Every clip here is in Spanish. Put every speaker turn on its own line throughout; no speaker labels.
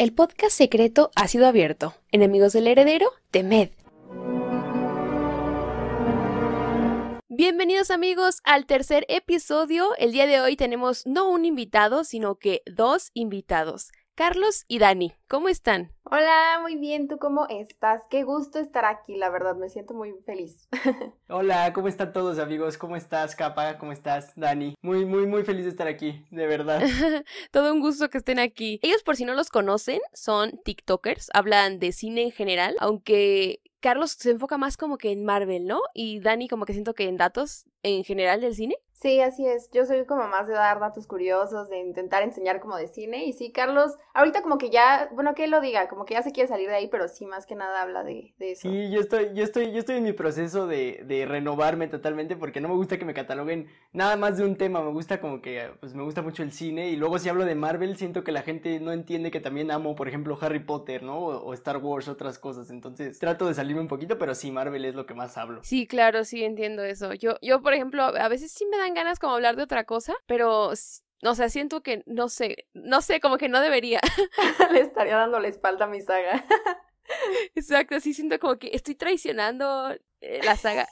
El podcast secreto ha sido abierto. Enemigos del heredero, temed. Bienvenidos amigos al tercer episodio. El día de hoy tenemos no un invitado, sino que dos invitados. Carlos y Dani, ¿cómo están?
Hola, muy bien, ¿tú cómo estás? Qué gusto estar aquí, la verdad, me siento muy feliz.
Hola, ¿cómo están todos amigos? ¿Cómo estás, Capa? ¿Cómo estás, Dani? Muy feliz de estar aquí, de verdad.
Todo un gusto que estén aquí. Ellos, por si no los conocen, son TikTokers, hablan de cine en general, aunque Carlos se enfoca más como que en Marvel, ¿no? Y Dani como que siento que en datos en general del cine.
Sí, así es, yo soy como más de dar datos curiosos, de intentar enseñar como de cine, y sí, Carlos, ahorita como que ya, bueno, que él lo diga, como que ya se quiere salir de ahí, pero sí, más que nada habla de eso.
Sí, yo estoy en mi proceso de renovarme totalmente porque no me gusta que me cataloguen nada más de un tema, me gusta como que, pues me gusta mucho el cine y luego si hablo de Marvel siento que la gente no entiende que también amo, por ejemplo, Harry Potter, ¿no? O Star Wars, otras cosas, entonces trato de salirme un poquito, pero sí, Marvel es lo que más hablo.
Sí, claro, sí entiendo eso. Yo, por ejemplo, a veces sí me dan ganas como hablar de otra cosa, pero, o sea, siento que, no sé, como que no debería.
Le estaría dando la espalda a mi saga.
Exacto, sí siento como que estoy traicionando la saga.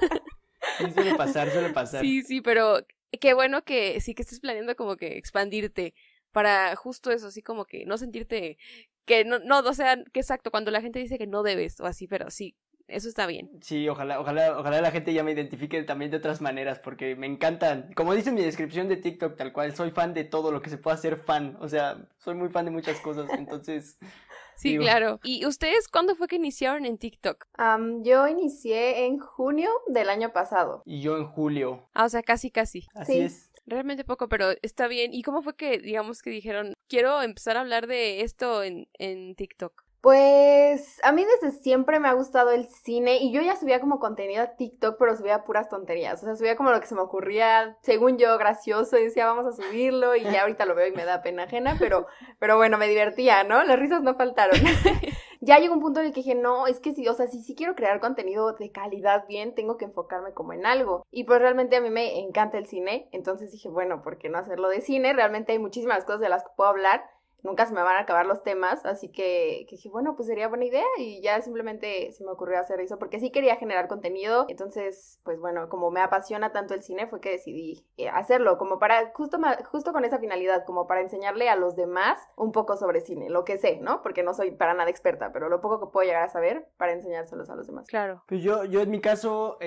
Sí, suele pasar, suele pasar.
Sí, pero qué bueno que sí que estés planeando como que expandirte para justo eso, así como que no sentirte que no, o sea, que exacto, cuando la gente dice que no debes o así, pero sí, eso está bien.
Sí, ojalá la gente ya me identifique también de otras maneras, porque me encantan. Como dice en mi descripción de TikTok, tal cual, soy fan de todo lo que se pueda hacer fan. O sea, soy muy fan de muchas cosas, entonces,
Sí,
digo,
claro. ¿Y ustedes cuándo fue que iniciaron en TikTok?
Yo inicié en junio del año pasado.
y yo en julio.
Ah, o sea, casi.
Así
Sí.
es.
Realmente poco, pero está bien. ¿Y cómo fue que, digamos, que dijeron, quiero empezar a hablar de esto en TikTok?
Pues a mí desde siempre me ha gustado el cine y yo ya subía como contenido a TikTok, pero subía puras tonterías, o sea, subía como lo que se me ocurría, según yo, gracioso, y decía, vamos a subirlo, y ya ahorita lo veo y me da pena ajena, pero bueno, me divertía, ¿no? Las risas no faltaron. Ya llegó un punto en el que dije, no, es que sí, o sea, si quiero crear contenido de calidad bien, tengo que enfocarme como en algo. Y pues realmente a mí me encanta el cine, entonces dije, bueno, ¿por qué no hacerlo de cine? Realmente hay muchísimas cosas de las que puedo hablar. Nunca se me van a acabar los temas, así que dije, bueno, pues sería buena idea y ya simplemente se me ocurrió hacer eso porque sí quería generar contenido, entonces, pues bueno, como me apasiona tanto el cine fue que decidí hacerlo, como para, justo con esa finalidad, como para enseñarle a los demás un poco sobre cine, lo que sé, ¿no? Porque no soy para nada experta, pero lo poco que puedo llegar a saber para enseñárselos a los demás.
Claro.
Pues yo en mi caso,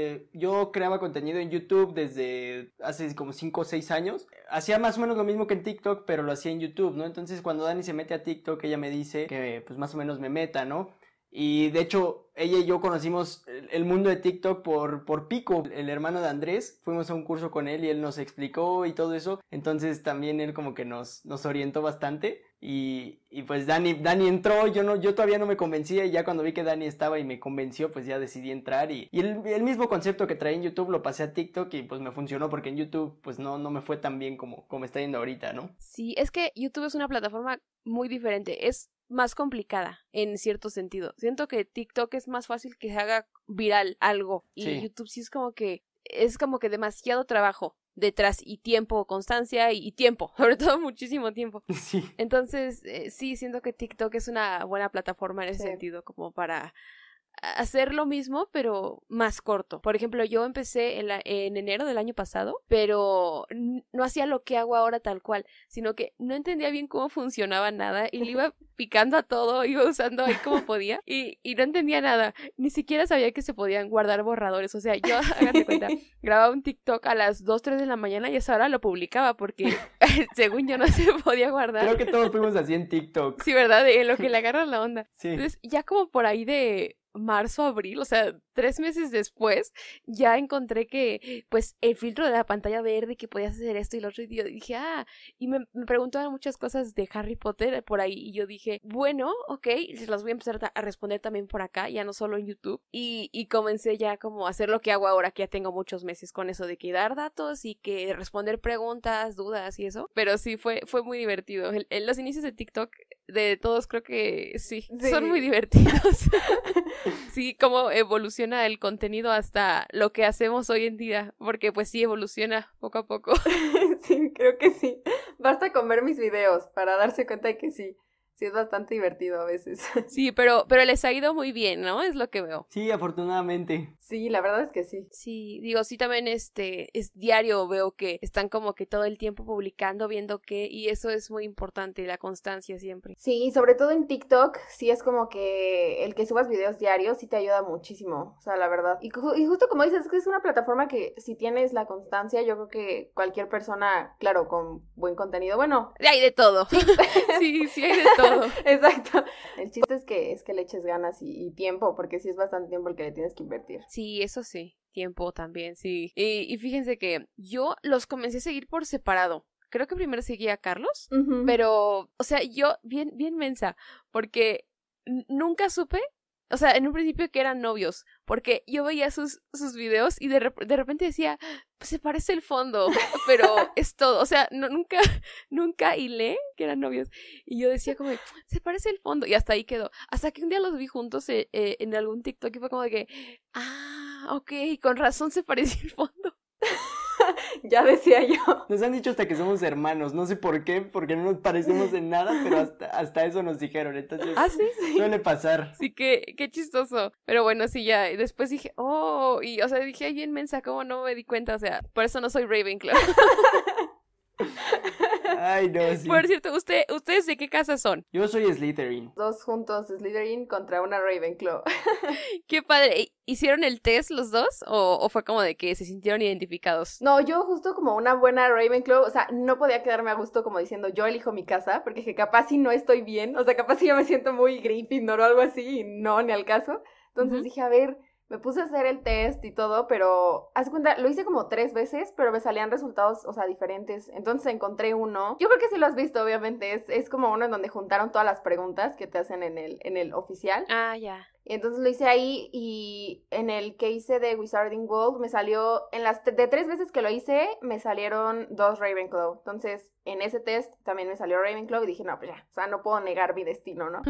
yo creaba contenido en YouTube desde hace como 5 o 6 años. Hacía más o menos lo mismo que en TikTok, pero lo hacía en YouTube, ¿no? Entonces cuando Dani se mete a TikTok, ella me dice que pues más o menos me meta, ¿no? Y de hecho, ella y yo conocimos el mundo de TikTok por Pico, el hermano de Andrés. Fuimos a un curso con él y él nos explicó y todo eso. Entonces también él como que nos orientó bastante. Y pues Dani entró, yo todavía no me convencía y ya cuando vi que Dani estaba y me convenció, pues ya decidí entrar y el mismo concepto que traía en YouTube lo pasé a TikTok y pues me funcionó porque en YouTube pues no me fue tan bien como está yendo ahorita, ¿no?
Sí, es que YouTube es una plataforma muy diferente, es más complicada en cierto sentido. Siento que TikTok es más fácil que se haga viral algo y
Sí.
YouTube sí es como que demasiado trabajo detrás y tiempo, constancia y tiempo, sobre todo muchísimo tiempo.
Sí.
Entonces, sí, siento que TikTok es una buena plataforma en ese
Sí.
sentido, como para hacer lo mismo, pero más corto. Por ejemplo, yo empecé en enero del año pasado, pero no hacía lo que hago ahora tal cual, sino que no entendía bien cómo funcionaba nada y le iba picando a todo, iba usando ahí como podía y no entendía nada. Ni siquiera sabía que se podían guardar borradores. O sea, yo, háganse cuenta, grababa un TikTok a las 2, 3 de la mañana y a esa hora lo publicaba porque según yo no se podía guardar.
Creo que todos fuimos así en TikTok.
Sí, ¿verdad? En lo que le agarras la onda.
Sí.
Entonces, ya como por ahí de marzo, abril, o sea, 3 meses después, ya encontré que, pues, el filtro de la pantalla verde, que podías hacer esto y lo otro, y yo dije, y me preguntaban muchas cosas de Harry Potter por ahí, y yo dije, bueno, ok, se las voy a empezar a responder también por acá, ya no solo en YouTube, y comencé ya como a hacer lo que hago ahora, que ya tengo muchos meses con eso de que dar datos y que responder preguntas, dudas y eso, pero sí, fue muy divertido. Los inicios de TikTok de todos creo que sí. Son muy divertidos. Sí, cómo evoluciona el contenido hasta lo que hacemos hoy en día, porque pues sí evoluciona poco a poco.
Sí, creo que sí. Basta con ver mis videos para darse cuenta de que sí. Sí, es bastante divertido a veces.
Sí, pero les ha ido muy bien, ¿no? Es lo que veo.
Sí, afortunadamente.
Sí, la verdad es que sí.
Sí, digo, sí también es diario, veo que están como que todo el tiempo publicando, viendo qué, y eso es muy importante, la constancia siempre.
Sí, sobre todo en TikTok, sí es como que el que subas videos diarios sí te ayuda muchísimo, o sea, la verdad. Y justo como dices, es que es una plataforma que si tienes la constancia, yo creo que cualquier persona, claro, con buen contenido, bueno.
Hay de todo. Sí, hay de todo.
Exacto. El chiste es que le eches ganas y tiempo, porque sí es bastante tiempo el que le tienes que invertir.
Sí, eso sí, tiempo también, sí. Y fíjense que yo los comencé a seguir por separado. Creo que primero seguí a Carlos, pero, o sea, yo bien mensa, porque nunca supe, o sea, en un principio que eran novios, porque yo veía sus videos y de repente decía, pues se parece el fondo, pero es todo, o sea, nunca hilé que eran novios, y yo decía como, se parece el fondo, y hasta ahí quedó, hasta que un día los vi juntos en algún TikTok y fue como de que, ok, con razón se parecía el fondo.
Ya decía yo.
Nos han dicho hasta que somos hermanos, no sé por qué, porque no nos parecemos en nada, pero hasta eso nos dijeron, entonces
¿Sí?
suele pasar.
Sí, qué chistoso. Pero bueno, sí, ya, y después dije, y o sea, dije, ay, bien mensa, ¿cómo no me di cuenta? O sea, por eso no soy Ravenclaw.
Ay, no, sí.
Por cierto, ¿ustedes de qué casa son?
Yo soy Slytherin.
Dos juntos, Slytherin contra una Ravenclaw.
Qué padre. ¿Hicieron el test los dos? ¿O fue como de que se sintieron identificados?
No, yo justo como una buena Ravenclaw, o sea, no podía quedarme a gusto como diciendo yo elijo mi casa, porque que capaz si no estoy bien, o sea, capaz si yo me siento muy Gryffindor o algo así, y no, ni al caso. Entonces dije, a ver, me puse a hacer el test y todo, pero haz cuenta, lo hice como 3 veces, pero me salían resultados, o sea, diferentes. Entonces encontré uno. Yo creo que sí lo has visto, obviamente. Es como uno en donde juntaron todas las preguntas que te hacen en el oficial.
Ah, ya.
Y entonces lo hice ahí y en el que hice de Wizarding World me salió, de 3 veces que lo hice, me salieron 2 Ravenclaw. Entonces, en ese test también me salió Ravenclaw y dije, no, pues ya, o sea, no puedo negar mi destino, ¿no?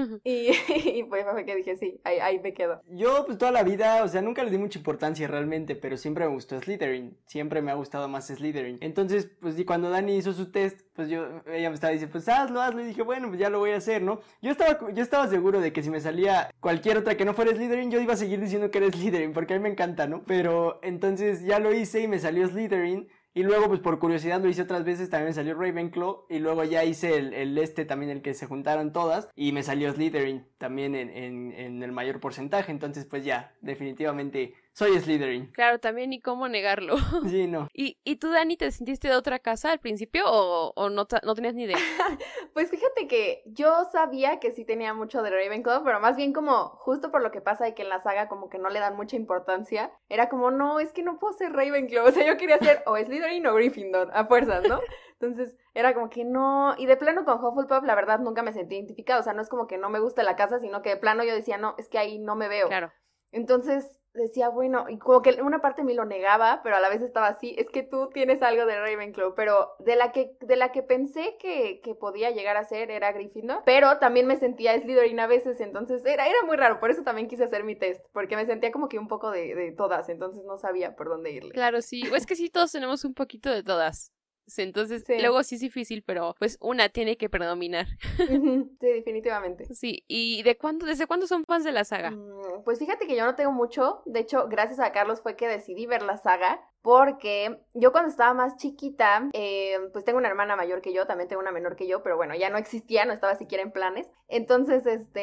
Y pues fue que dije, sí, ahí me quedo.
Yo, pues toda la vida, o sea, nunca le di mucha importancia realmente, pero siempre me gustó Slytherin. Siempre me ha gustado más Slytherin. Entonces, pues y cuando Dani hizo su test, pues ella me estaba diciendo, pues hazlo. Y dije, bueno, pues ya lo voy a hacer, ¿no? Yo estaba seguro de que si me salía cualquier otra que no fuera Slytherin, yo iba a seguir diciendo que era Slytherin, porque a mí me encanta, ¿no? Pero entonces ya lo hice y me salió Slytherin. Y luego, pues por curiosidad lo hice otras veces, también me salió Ravenclaw. Y luego ya hice el también, el que se juntaron todas. Y me salió Slytherin también en el mayor porcentaje. Entonces, pues ya, definitivamente soy Slytherin.
Claro, también, y cómo negarlo.
Sí, no.
¿Y tú, Dani, te sentiste de otra casa al principio o no tenías ni idea?
Pues fíjate que yo sabía que sí tenía mucho de Ravenclaw, pero más bien como justo por lo que pasa de que en la saga como que no le dan mucha importancia, era como, no, es que no puedo ser Ravenclaw, o sea, yo quería ser o Slytherin o Gryffindor, a fuerzas, ¿no? Entonces era como que no, y de plano con Hufflepuff la verdad nunca me sentí identificada, o sea, no es como que no me gusta la casa, sino que de plano yo decía, no, es que ahí no me veo.
Claro.
Entonces decía, bueno, y como que una parte de mí lo negaba, pero a la vez estaba así, es que tú tienes algo de Ravenclaw, pero de la que pensé que podía llegar a ser era Gryffindor, pero también me sentía Slytherin a veces, entonces era muy raro, por eso también quise hacer mi test, porque me sentía como que un poco de todas, entonces no sabía por dónde irle.
Claro, sí, o es que sí, todos tenemos un poquito de todas. Entonces,
sí.
Luego sí es difícil, pero pues una tiene que predominar.
Sí, definitivamente.
Sí, ¿y desde cuándo son fans de la saga?
Pues fíjate que yo no tengo mucho, de hecho, gracias a Carlos fue que decidí ver la saga, porque yo cuando estaba más chiquita, pues tengo una hermana mayor que yo, también tengo una menor que yo, pero bueno, ya no existía, no estaba siquiera en planes. Entonces,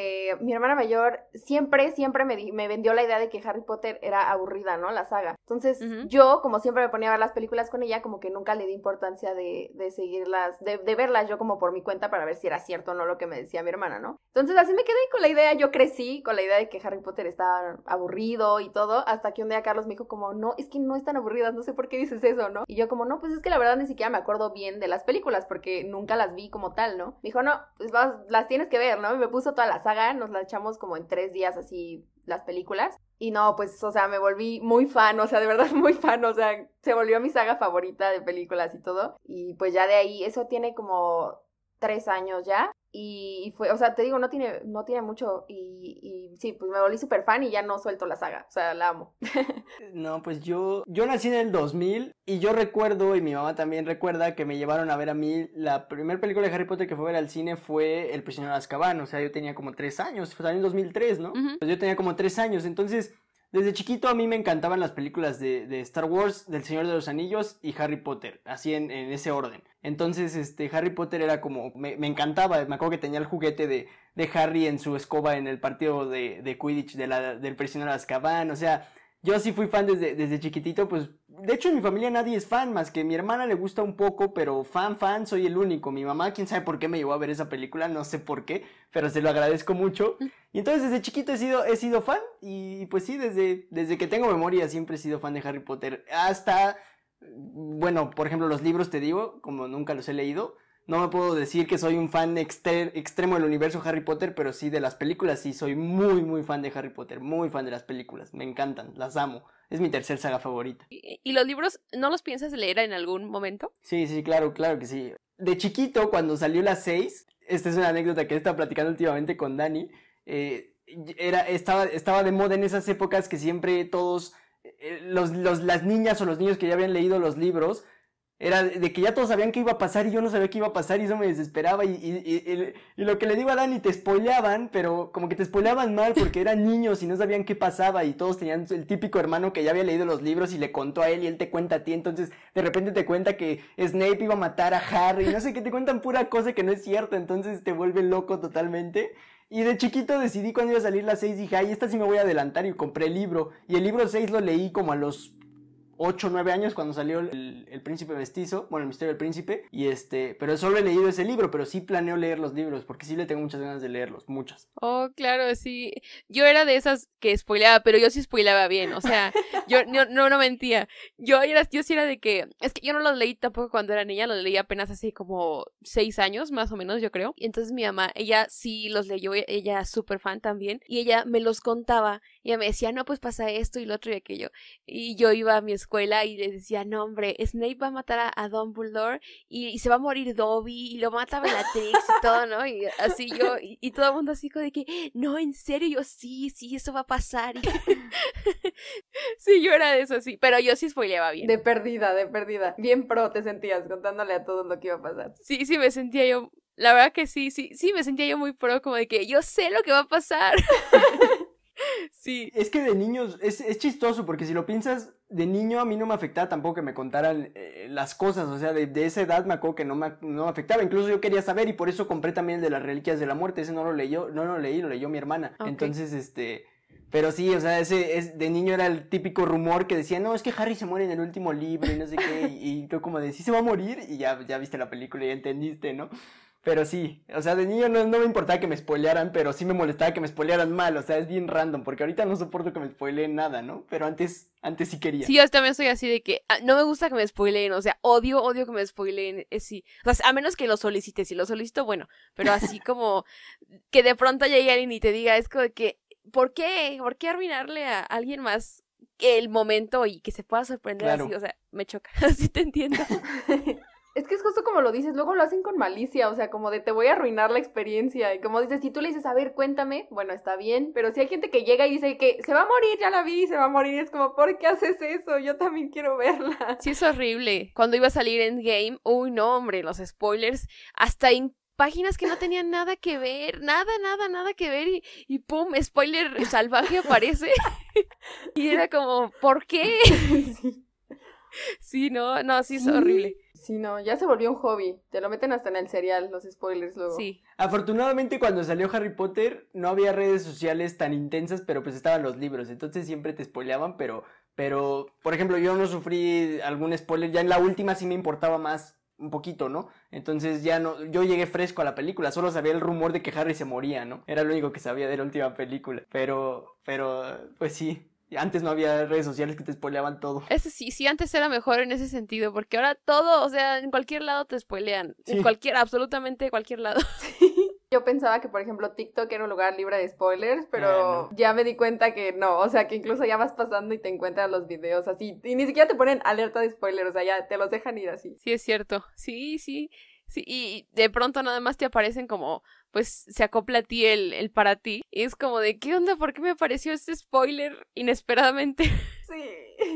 mi hermana mayor siempre me vendió la idea de que Harry Potter era aburrida, ¿no? La saga. Entonces, yo, como siempre me ponía a ver las películas con ella, como que nunca le di importancia de seguirlas, de verlas yo como por mi cuenta para ver si era cierto o no lo que me decía mi hermana, ¿no? Entonces, así me quedé con la idea, yo crecí con la idea de que Harry Potter estaba aburrido y todo, hasta que un día Carlos me dijo como, no, es que no es tan aburrida, no sé por qué dices eso, ¿no? Y yo como, no, pues es que la verdad ni siquiera me acuerdo bien de las películas porque nunca las vi como tal, ¿no? Me dijo, no, pues las tienes que ver, ¿no? Y me puso toda la saga, nos la echamos como en 3 días así las películas. Y no, pues, o sea, me volví muy fan, o sea, de verdad muy fan, o sea, se volvió mi saga favorita de películas y todo. Y pues ya de ahí, eso tiene como 3 años ya. Y fue, o sea, te digo, no tiene mucho y sí, pues me volví súper fan y ya no suelto la saga, o sea, la amo.
No, pues yo nací en el 2000 y yo recuerdo, y mi mamá también recuerda, que me llevaron a ver a mí, la primera película de Harry Potter que fue a ver al cine fue El prisionero de Azkaban, o sea, yo tenía como 3 años, fue en 2003, ¿no?
Ujú.
Pues yo tenía como 3 años, entonces, desde chiquito a mí me encantaban las películas de Star Wars, del Señor de los Anillos y Harry Potter, así en ese orden. Entonces, Harry Potter era como, me encantaba, me acuerdo que tenía el juguete de Harry en su escoba en el partido de Quidditch del prisionero de Azkaban, o sea, yo sí fui fan desde chiquitito, pues, de hecho en mi familia nadie es fan, más que mi hermana le gusta un poco, pero fan soy el único. Mi mamá, quién sabe por qué me llevó a ver esa película, no sé por qué, pero se lo agradezco mucho. Y entonces desde chiquito he sido fan, y pues sí, desde que tengo memoria siempre he sido fan de Harry Potter, hasta, bueno, por ejemplo, los libros te digo, como nunca los he leído. No me puedo decir que soy un fan extremo del universo Harry Potter, pero sí de las películas, sí soy muy fan de Harry Potter, muy fan de las películas, me encantan, las amo, es mi tercer saga favorita.
¿Y los libros no los piensas leer en algún momento?
Sí, claro que sí. De chiquito, cuando salió las 6, esta es una anécdota que he estado platicando últimamente con Dani, estaba de moda en esas épocas que siempre todos, las niñas o los niños que ya habían leído los libros, era de que ya todos sabían qué iba a pasar y yo no sabía qué iba a pasar y eso me desesperaba y lo que le digo a Dani, te spoileaban, pero como que te spoileaban mal porque eran niños y no sabían qué pasaba y todos tenían el típico hermano que ya había leído los libros y le contó a él y él te cuenta a ti, entonces de repente te cuenta que Snape iba a matar a Harry, no sé qué, te cuentan pura cosa que no es cierto, entonces te vuelve loco totalmente. Y de chiquito decidí cuando iba a salir la 6, dije, ay, esta sí me voy a adelantar y compré el libro. Y el libro 6 lo leí como a los 8 o 9 años cuando salió el Príncipe Mestizo, bueno, el Misterio del Príncipe, y pero solo he leído ese libro, pero sí planeo leer los libros, porque sí le tengo muchas ganas de leerlos, muchas.
Oh, claro, sí. Yo era de esas que spoileaba, pero yo sí spoileaba bien, o sea, yo no mentía. Yo sí era de que, es que yo no los leí tampoco cuando era niña, los leí apenas hace como 6 años, más o menos, yo creo. Y entonces mi mamá, ella sí los leyó, ella es súper fan también, y ella me los contaba, y ella me decía, no, pues pasa esto y lo otro y aquello. Y yo iba a mi escuela y les decía, no, hombre, Snape va a matar a Dumbledore y se va a morir Dobby y lo mata Bellatrix y todo, ¿no? Y así yo, y todo el mundo así como de que, no, en serio, yo sí, eso va a pasar. Sí, yo era de eso, sí, pero yo sí spoileaba bien.
De perdida. Bien pro te sentías contándole a todos lo que iba a pasar.
Sí, me sentía yo, la verdad que sí, me sentía yo muy pro, como de que yo sé lo que va a pasar. Sí.
Es que de niños, es chistoso, porque si lo piensas, de niño a mí no me afectaba tampoco que me contaran las cosas, o sea, de esa edad me acuerdo que no me afectaba, incluso yo quería saber y por eso compré también el de las Reliquias de la Muerte, ese no lo leí, lo leyó mi hermana, okay. Entonces, pero sí, o sea, de niño era el típico rumor que decía, no, es que Harry se muere en el último libro y no sé qué, y tú como de, sí se va a morir, y ya viste la película y ya entendiste, ¿no? Pero sí, o sea, de niño no me importaba que me spoilearan, pero sí me molestaba que me spoilearan mal, o sea, es bien random, porque ahorita no soporto que me spoileen nada, ¿no? Pero antes sí quería.
Sí, yo también soy así de que no me gusta que me spoileen, o sea, odio que me spoileen, sí. O sea, a menos que lo solicite, si lo solicito, bueno, pero así como que de pronto llegue alguien y te diga, es como que, ¿por qué arruinarle a alguien más el momento y que se pueda sorprender claro. Así? O sea, me choca, así te entiendo.
Es que es justo como lo dices, luego lo hacen con malicia, o sea, como de te voy a arruinar la experiencia, y como dices, si tú le dices, a ver, cuéntame, bueno, está bien, pero si hay gente que llega y dice que se va a morir, ya la vi, se va a morir, es como, ¿por qué haces eso? Yo también quiero verla.
Sí, es horrible. Cuando iba a salir Endgame, uy, no, hombre, los spoilers, hasta en páginas que no tenían nada que ver, nada que ver, y pum, spoiler salvaje aparece, y era como, ¿por qué? Sí, sí, es horrible.
Sí, no, ya se volvió un hobby. Te lo meten hasta en el cereal, los spoilers luego.
Sí.
Afortunadamente cuando salió Harry Potter no había redes sociales tan intensas, pero pues estaban los libros, entonces siempre te spoileaban, pero por ejemplo, yo no sufrí algún spoiler, ya en la última sí me importaba más un poquito, ¿no? Entonces ya no, yo llegué fresco a la película, solo sabía el rumor de que Harry se moría, ¿no? Era lo único que sabía de la última película, pero pues sí. Antes no había redes sociales que te spoileaban todo.
Ese sí, antes era mejor en ese sentido, porque ahora todo, o sea, en cualquier lado te spoilean. Sí. Absolutamente cualquier lado.
Sí. Yo pensaba que, por ejemplo, TikTok era un lugar libre de spoilers, pero ya me di cuenta que no, o sea, que incluso ya vas pasando y te encuentras los videos así, y ni siquiera te ponen alerta de spoiler, o sea, ya te los dejan ir así.
Sí, es cierto. Sí. Sí, y de pronto nada más te aparecen como, pues se acopla a ti el para ti. Y es como de, ¿qué onda? ¿Por qué me apareció este spoiler inesperadamente?
Sí,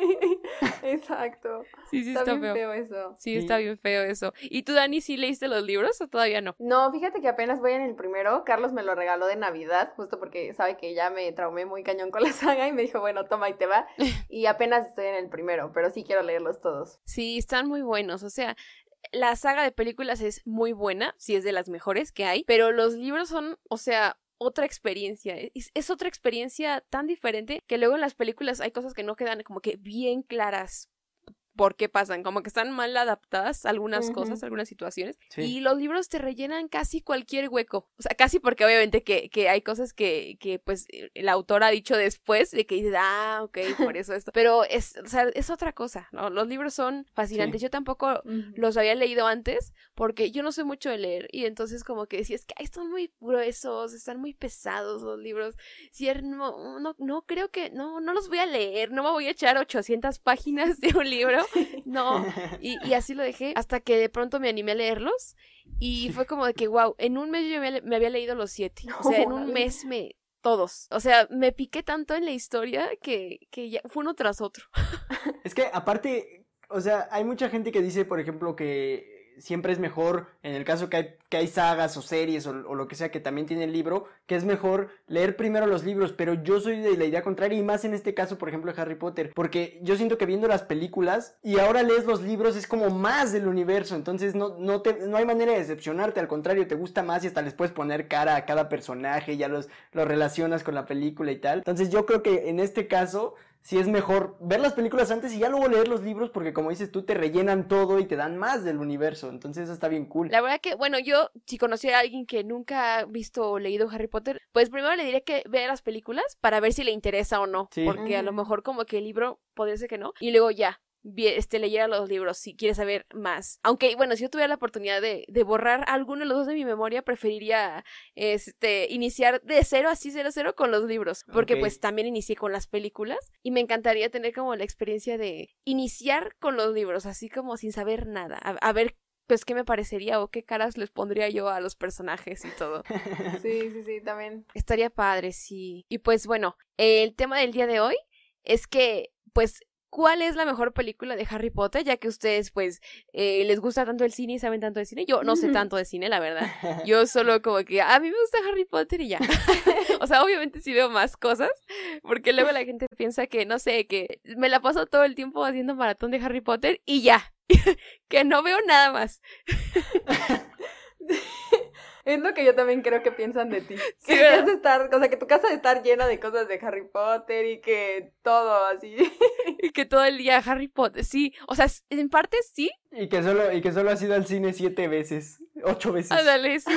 exacto.
Sí,
Está
está
bien
feo.
feo eso.
Sí, está bien feo eso. ¿Y tú, Dani, sí leíste los libros o todavía no?
No, fíjate que apenas voy en el primero. Carlos me lo regaló de Navidad, justo porque sabe que ya me traumé muy cañón con la saga y me dijo, bueno, toma y te va. Y apenas estoy en el primero, pero sí quiero leerlos todos.
Sí, están muy buenos. O sea, la saga de películas es muy buena, sí es de las mejores que hay, pero los libros son, o sea, otra experiencia. Es otra experiencia tan diferente que luego en las películas hay cosas que no quedan como que bien claras por qué pasan, como que están mal adaptadas algunas cosas, algunas situaciones,
Sí.
y los libros te rellenan casi cualquier hueco, o sea, casi porque obviamente que hay cosas que pues el autor ha dicho después, de que dices, ok, por eso esto, pero o sea, es otra cosa, ¿no? Los libros son fascinantes,
Sí.
yo tampoco los había leído antes, porque yo no sé mucho de leer, y entonces como que decía, es que están muy gruesos, están muy pesados los libros, si no creo que, no los voy a leer, no me voy a echar 800 páginas de un libro, no, y así lo dejé hasta que de pronto me animé a leerlos y fue como de que, wow, en un mes yo me había leído los 7, o sea, en un mes todos, o sea, me piqué tanto en la historia que ya fue uno tras otro.
Es que aparte, o sea, hay mucha gente que dice, por ejemplo, que siempre es mejor, en el caso que hay sagas o series o lo que sea que también tiene el libro, que es mejor leer primero los libros, pero yo soy de la idea contraria y más en este caso, por ejemplo, de Harry Potter, porque yo siento que viendo las películas y ahora lees los libros es como más del universo, entonces no hay manera de decepcionarte, al contrario, te gusta más y hasta les puedes poner cara a cada personaje, ya los relacionas con la película y tal, entonces yo creo que en este caso sí es mejor ver las películas antes y ya luego leer los libros porque como dices tú te rellenan todo y te dan más del universo, entonces eso está bien cool.
La verdad que, bueno, yo si conociera a alguien que nunca ha visto o leído Harry Potter, pues primero le diría que vea las películas para ver si le interesa o no,
Sí.
porque a lo mejor como que el libro podría ser que no, y luego ya leyera los libros si quiere saber más. Aunque, bueno, si yo tuviera la oportunidad de borrar alguno de los dos de mi memoria, preferiría iniciar de cero, así 0 con los libros. Porque pues también inicié con las películas y me encantaría tener como la experiencia de iniciar con los libros, así como sin saber nada. A ver pues qué me parecería o qué caras les pondría yo a los personajes y todo.
Sí, también.
Estaría padre, sí. Y pues bueno, el tema del día de hoy es que, pues, ¿cuál es la mejor película de Harry Potter? Ya que ustedes, pues, les gusta tanto el cine y saben tanto de cine. Yo no sé tanto de cine, la verdad. Yo solo como que, a mí me gusta Harry Potter y ya. O sea, obviamente sí veo más cosas, porque luego la gente piensa que, no sé, que me la paso todo el tiempo haciendo maratón de Harry Potter y ya. Que no veo nada más.
Es lo que yo también creo que piensan de ti.
Sí,
que has de estar, o sea, que tu casa de estar llena de cosas de Harry Potter y que todo así.
Y que todo el día Harry Potter, sí, o sea, en parte sí.
Y que solo has ido al cine 7 veces, 8 veces.
Ándale, sí.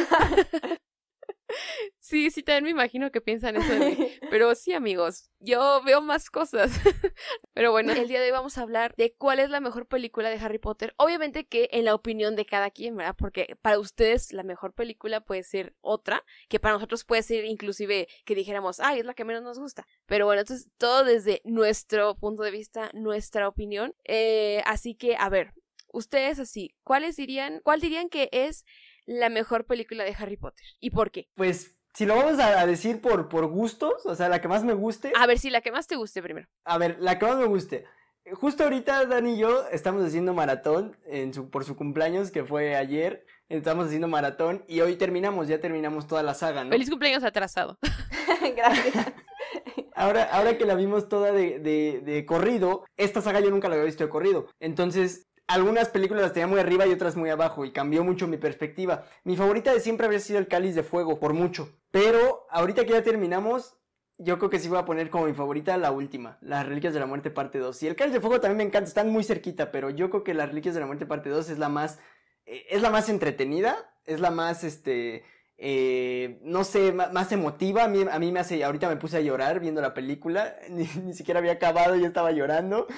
Sí, también me imagino que piensan eso de mí. Pero sí, amigos, yo veo más cosas. Pero bueno, el día de hoy vamos a hablar de cuál es la mejor película de Harry Potter. Obviamente que en la opinión de cada quien, ¿verdad? Porque para ustedes la mejor película puede ser otra, que para nosotros puede ser inclusive que dijéramos, es la que menos nos gusta. Pero bueno, entonces todo desde nuestro punto de vista, nuestra opinión. Así que, a ver, ustedes así, cuál dirían que es la mejor película de Harry Potter? ¿Y por qué?
Pues, si lo vamos a decir por gustos, o sea, la que más me guste.
A ver, sí, la que más te guste primero.
A ver, la que más me guste. Justo ahorita Dani y yo estamos haciendo maratón por su cumpleaños, que fue ayer. Estamos haciendo maratón y hoy ya terminamos toda la saga, ¿no?
Feliz cumpleaños atrasado.
Gracias.
Ahora que la vimos toda de corrido, esta saga yo nunca la había visto de corrido. Entonces, algunas películas las tenía muy arriba y otras muy abajo y cambió mucho mi perspectiva. Mi favorita de siempre habría sido El Cáliz de Fuego, por mucho. Pero ahorita que ya terminamos, yo creo que sí voy a poner como mi favorita la última, Las Reliquias de la Muerte parte 2. Y El Cáliz de Fuego también me encanta, están muy cerquita, pero yo creo que Las Reliquias de la Muerte parte 2 es la más entretenida, es la más, no sé, más emotiva. A mí me hace, ahorita me puse a llorar viendo la película, ni siquiera había acabado, yo estaba llorando,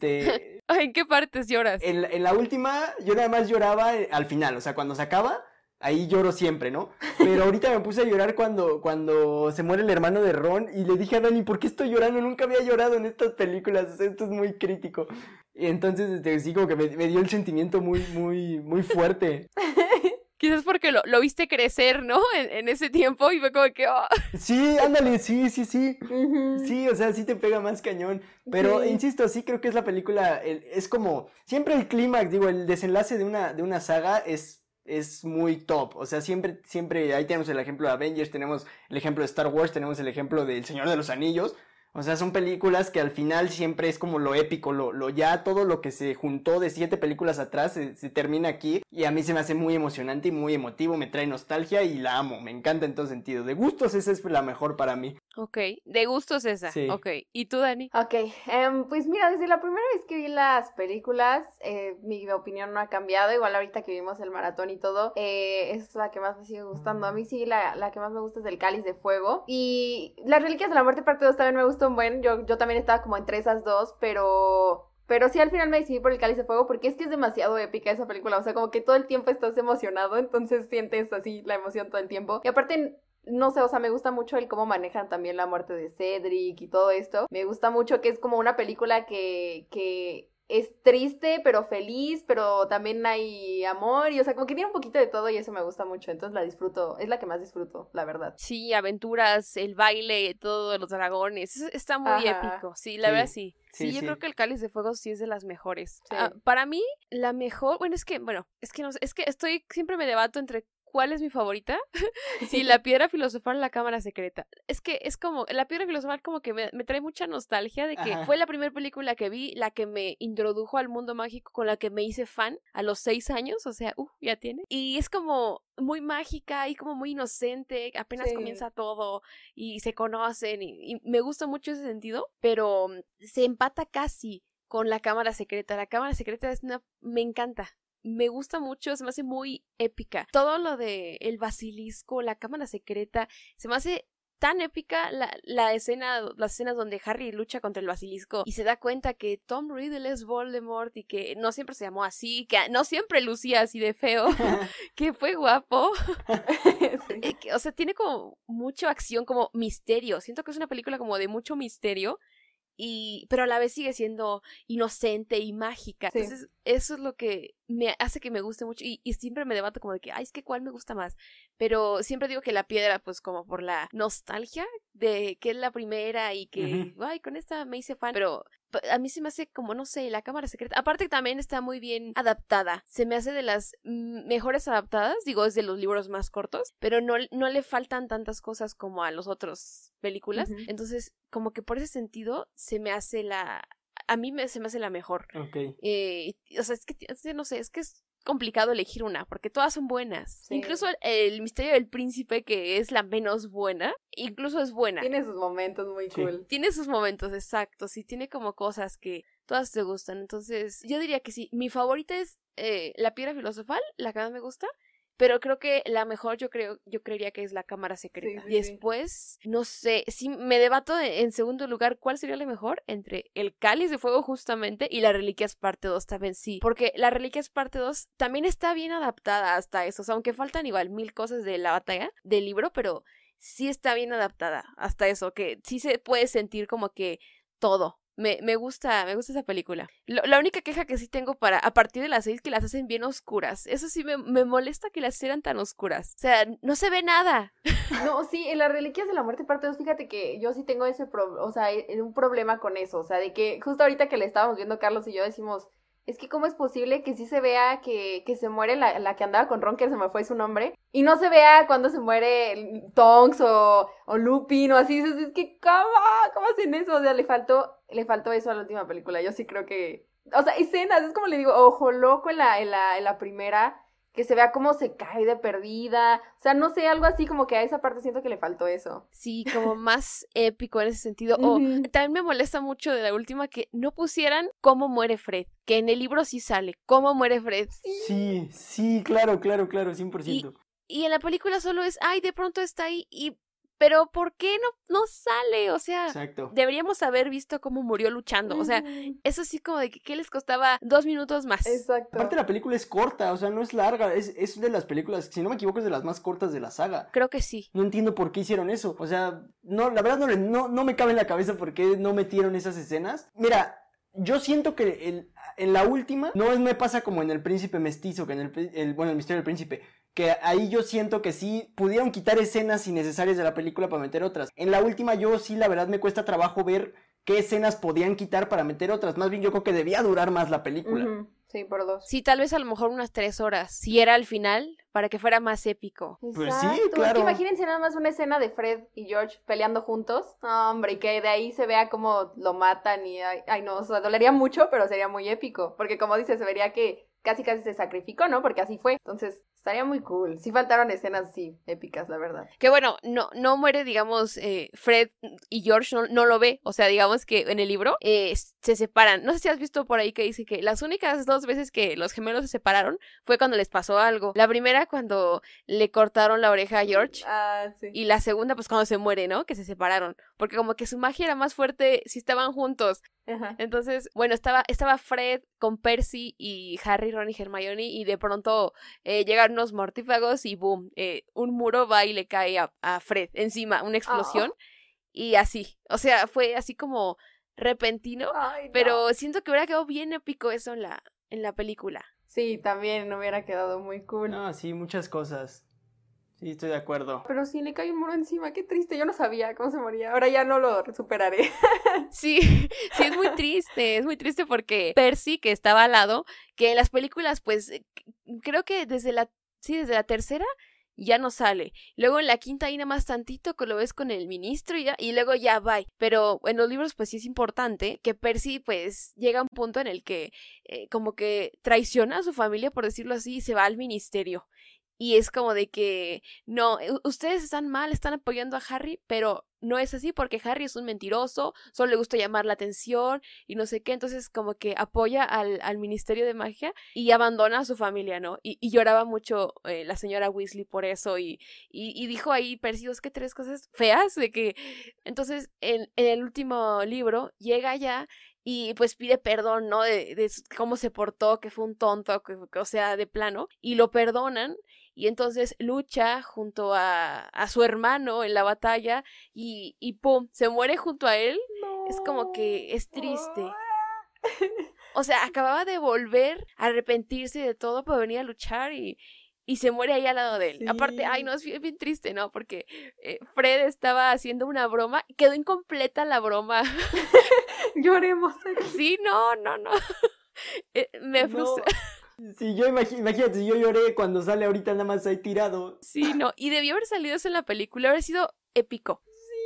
¿En qué partes lloras?
En la última, yo nada más lloraba al final, o sea, cuando se acaba, ahí lloro siempre, ¿no? Pero ahorita me puse a llorar cuando se muere el hermano de Ron y le dije a Dani, ¿por qué estoy llorando? Nunca había llorado en estas películas, o sea, esto es muy crítico. Y entonces, sí, como que me dio el sentimiento muy, muy, muy fuerte.
Quizás porque lo viste crecer, ¿no? En ese tiempo y fue como que... Oh.
Sí, ándale, sí.
Ujú.
Sí, o sea, sí te pega más cañón. Pero,
Sí.
insisto, sí creo que es la película, es como, siempre el clímax, digo, el desenlace de una saga es muy top. O sea, siempre, ahí tenemos el ejemplo de Avengers, tenemos el ejemplo de Star Wars, tenemos el ejemplo de El Señor de los Anillos. O sea, son películas que al final siempre es como lo épico, ya todo lo que se juntó de 7 películas atrás se termina aquí. Y a mí se me hace muy emocionante y muy emotivo, me trae nostalgia y la amo, me encanta en todo sentido. De gustos esa es la mejor para mí.
Ok, de gustos esa.
Sí.
Ok, ¿y tú, Dani?
Ok, pues mira, desde la primera vez que vi las películas, mi opinión no ha cambiado, igual ahorita que vimos el maratón y todo, es la que más me sigue gustando. A mí sí, la que más me gusta es el Cáliz de Fuego, y Las Reliquias de la Muerte parte 2 también me gustó un buen, yo también estaba como entre esas dos, pero sí al final me decidí por el Cáliz de Fuego porque es que es demasiado épica esa película, o sea, como que todo el tiempo estás emocionado, entonces sientes así la emoción todo el tiempo, y aparte... No sé, o sea, me gusta mucho el cómo manejan también la muerte de Cedric y todo esto. Me gusta mucho que es como una película que es triste, pero feliz, pero también hay amor y, o sea, como que tiene un poquito de todo y eso me gusta mucho. Entonces la disfruto, es la que más disfruto, la verdad.
Sí, aventuras, el baile, todo de los dragones, está muy
Ajá.
épico, sí, la verdad sí.
Sí,
Yo
sí.
creo que el Cáliz de Fuego sí es de las mejores.
Sí.
Para mí, la mejor, bueno, es que no sé, es que siempre me debato entre cuál es mi favorita, si la piedra filosofal o la cámara secreta. Es que es como, la piedra filosofal como que me trae mucha nostalgia de que
Ajá.
fue la primera película que vi, la que me introdujo al mundo mágico, con la que me hice fan a los 6 años, o sea, ya tiene. Y es como muy mágica y como muy inocente, apenas
Sí.
comienza todo y se conocen y me gusta mucho ese sentido, pero se empata casi con la cámara secreta. La cámara secreta me encanta. Me gusta mucho, se me hace muy épica. Todo lo de el basilisco, la cámara secreta, se me hace tan épica las escenas donde Harry lucha contra el basilisco y se da cuenta que Tom Riddle es Voldemort y que no siempre se llamó así, que no siempre lucía así de feo, que fue guapo.
Sí.
O sea, tiene como mucha acción, como misterio. Siento que es una película como de mucho misterio. Pero a la vez sigue siendo inocente y mágica.
Sí.
Entonces, eso es lo que me hace que me guste mucho. Y siempre me debato como de que, ay, es que cuál me gusta más. Pero siempre digo que la piedra, pues como por la nostalgia de que es la primera y que, ay, con esta me hice fan. Pero a mí se me hace como, no sé, la cámara secreta. Aparte que también está muy bien adaptada. Se me hace de las mejores adaptadas. Digo, es de los libros más cortos. Pero no le faltan tantas cosas como a los otros películas.
Ujú.
Entonces, como que por ese sentido, se me hace se me hace la mejor.
Ok.
O sea, es que no sé, es que es complicado elegir una, porque todas son buenas.
Sí.
Incluso el misterio del príncipe, que es la menos buena, incluso es buena.
Tiene sus momentos muy
Sí.
cool.
Tiene sus momentos, exacto, sí, tiene como cosas que todas te gustan. Entonces, yo diría que sí, mi favorita es la piedra filosofal, la que más me gusta. Pero creo que la mejor yo creería que es la cámara secreta.
Sí, sí, sí.
Después, no sé, sí me debato en segundo lugar cuál sería la mejor entre el Cáliz de Fuego justamente y las Reliquias parte 2 también sí. Porque las Reliquias parte 2 también está bien adaptada hasta eso. O sea, aunque faltan igual 1000 cosas de la batalla del libro, pero sí está bien adaptada hasta eso. Que sí se puede sentir como que todo. Me gusta esa película. La única queja que sí tengo a partir de las 6 que las hacen bien oscuras. Eso sí me molesta que las hicieran tan oscuras. O sea, no se ve nada.
No, sí, en las Reliquias de la Muerte parte 2, fíjate que yo sí tengo un problema con eso, o sea, de que justo ahorita que le estábamos viendo Carlos y yo decimos, es que cómo es posible que sí se vea que se muere la que andaba con Ron, que se me fue su nombre, y no se vea cuando se muere Tonks o Lupin o así, dices, es que ¿cómo hacen eso? O sea, le faltó eso a la última película, yo sí creo que, o sea, escenas, es como le digo, ojo loco en la primera, que se vea cómo se cae de perdida, o sea, no sé, algo así como que a esa parte siento que le faltó eso.
Sí, como más épico en ese sentido.
Ujú.
También me molesta mucho de la última que no pusieran cómo muere Fred, que en el libro sí sale cómo muere Fred.
Sí, claro, 100%.
Y en la película solo es, ay, de pronto está ahí y pero ¿por qué no sale? O sea,
Exacto.
deberíamos haber visto cómo murió luchando. O sea, eso sí como de que ¿qué les costaba 2 minutos más?
Exacto.
Aparte la película es corta, o sea, no es larga, es de las películas, si no me equivoco, es de las más cortas de la saga.
Creo que sí.
No entiendo por qué hicieron eso, o sea, no, la verdad no me cabe en la cabeza por qué no metieron esas escenas. Mira, yo siento que en la última no me pasa como en El Príncipe Mestizo, que en el Misterio del Príncipe, que ahí yo siento que sí pudieron quitar escenas innecesarias de la película para meter otras. En la última yo sí, la verdad, me cuesta trabajo ver qué escenas podían quitar para meter otras. Más bien yo creo que debía durar más la película.
Sí, por 2.
Sí, tal vez a lo mejor unas 3 horas, si era al final, para que fuera más épico.
Pues sí,
Exacto.
claro.
Es que imagínense nada más una escena de Fred y George peleando juntos. No, hombre, y que de ahí se vea cómo lo matan y ay no, o sea, dolería mucho, pero sería muy épico, porque como dices, se vería que casi se sacrificó, ¿no? Porque así fue. Entonces, estaría muy cool. Sí faltaron escenas así épicas, la verdad.
Que bueno, no muere, digamos, Fred y George no lo ve. O sea, digamos que en el libro se separan. No sé si has visto por ahí que dice que las únicas 2 veces que los gemelos se separaron fue cuando les pasó algo. La primera cuando le cortaron la oreja a George.
Ah, sí.
Y la segunda pues cuando se muere, ¿no? Que se separaron. Porque como que su magia era más fuerte si estaban juntos.
Ajá.
Entonces, bueno, estaba Fred con Percy y Harry, Ron y Hermione y de pronto llegan unos mortífagos y boom, un muro va y le cae a Fred encima, una explosión y así, o sea, fue así como repentino,
Ay, no.
pero siento que hubiera quedado bien épico eso en la película.
Sí, también hubiera quedado muy cool.
Ah, sí, muchas cosas. Sí, estoy de acuerdo.
Pero sí, le cae un muro encima, qué triste, yo no sabía cómo se moría, ahora ya no lo superaré.
Sí, sí, es muy triste porque Percy, que estaba al lado, que en las películas, pues, creo que desde la tercera ya no sale. Luego en la quinta ahí nada más tantito que lo ves con el ministro y luego ya bye. Pero en los libros pues sí es importante que Percy pues llega a un punto en el que como que traiciona a su familia, por decirlo así, y se va al ministerio. Y es como de que, no, ustedes están mal, están apoyando a Harry, pero no es así porque Harry es un mentiroso, solo le gusta llamar la atención y no sé qué, entonces como que apoya al Ministerio de Magia y abandona a su familia, ¿no? Y lloraba mucho la señora Weasley por eso y dijo ahí, Percy, es que 3 cosas feas de que, entonces en el último libro llega ya y pues pide perdón, ¿no? De cómo se portó, que fue un tonto, o sea, de plano, y lo perdonan. Y entonces lucha junto a su hermano en la batalla y ¡pum! Se muere junto a él.
No.
Es como que es triste. O sea, acababa de volver a arrepentirse de todo para venir a luchar y se muere ahí al lado de él.
Sí.
Aparte, ay, no, es bien triste, ¿no? Porque Fred estaba haciendo una broma, quedó incompleta la broma.
Lloremos.
Sí, no. Me frustra.
Sí, yo imagínate, si yo lloré cuando sale ahorita nada más ahí tirado.
Sí, no, y debió haber salido eso en la película, haber sido épico.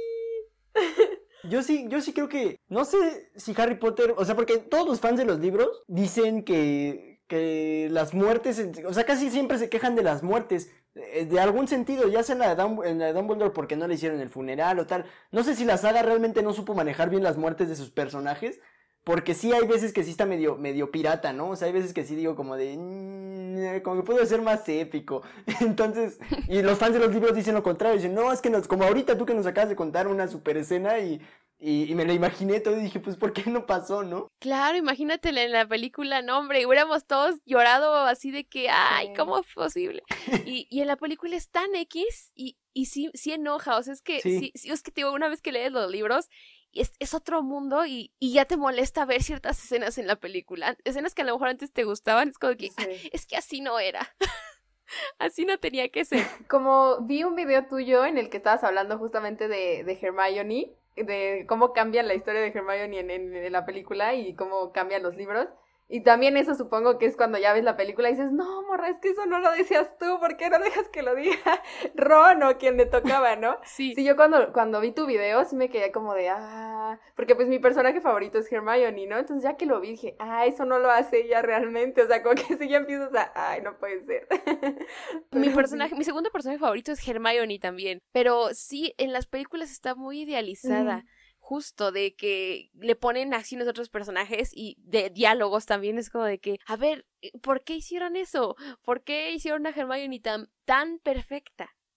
Yo sí creo que, no sé si Harry Potter, o sea, porque todos los fans de los libros dicen que las muertes, o sea, casi siempre se quejan de las muertes, de algún sentido, ya sea en la de Dumbledore porque no le hicieron el funeral o tal. No sé si la saga realmente no supo manejar bien las muertes de sus personajes. Porque sí hay veces que sí está medio pirata, ¿no? O sea, hay veces que sí digo como de... como que puede ser más épico. Entonces, y los fans de los libros dicen lo contrario. Dicen, no, es que como ahorita tú que nos acabas de contar una super escena y me la imaginé todo y dije, pues, ¿por qué no pasó, no?
Claro, imagínatela en la película, no, hombre, hubiéramos todos llorado así de que, ay,
Sí.
¿cómo es posible? Y en la película es tan X y sí enoja, o sea, es que,
Sí.
sí, es que te digo, una vez que lees los libros, es otro mundo y ya te molesta ver ciertas escenas en la película, escenas que a lo mejor antes te gustaban, es como que,
Sí.
es que así no era, así no tenía que ser.
Como vi un video tuyo en el que estabas hablando justamente de Hermione, de cómo cambia la historia de Hermione en la película y cómo cambian los libros. Y también eso supongo que es cuando ya ves la película y dices, no, morra, es que eso no lo decías tú, ¿por qué no dejas que lo diga Ron o quien le tocaba, no?
Sí.
Sí, yo cuando vi tu video sí me quedé como de, porque pues mi personaje favorito es Hermione, ¿no? Entonces ya que lo vi dije, eso no lo hace ella realmente, o sea, como que si ya empiezas ay, no puede ser.
Mi
Pero
personaje,
sí.
mi segundo personaje favorito es Hermione también, pero sí, en las películas está muy idealizada. Justo de que le ponen acciones a otros personajes y de diálogos también es como de que, a ver, ¿por qué hicieron eso? ¿Por qué hicieron a Hermione tan perfecta?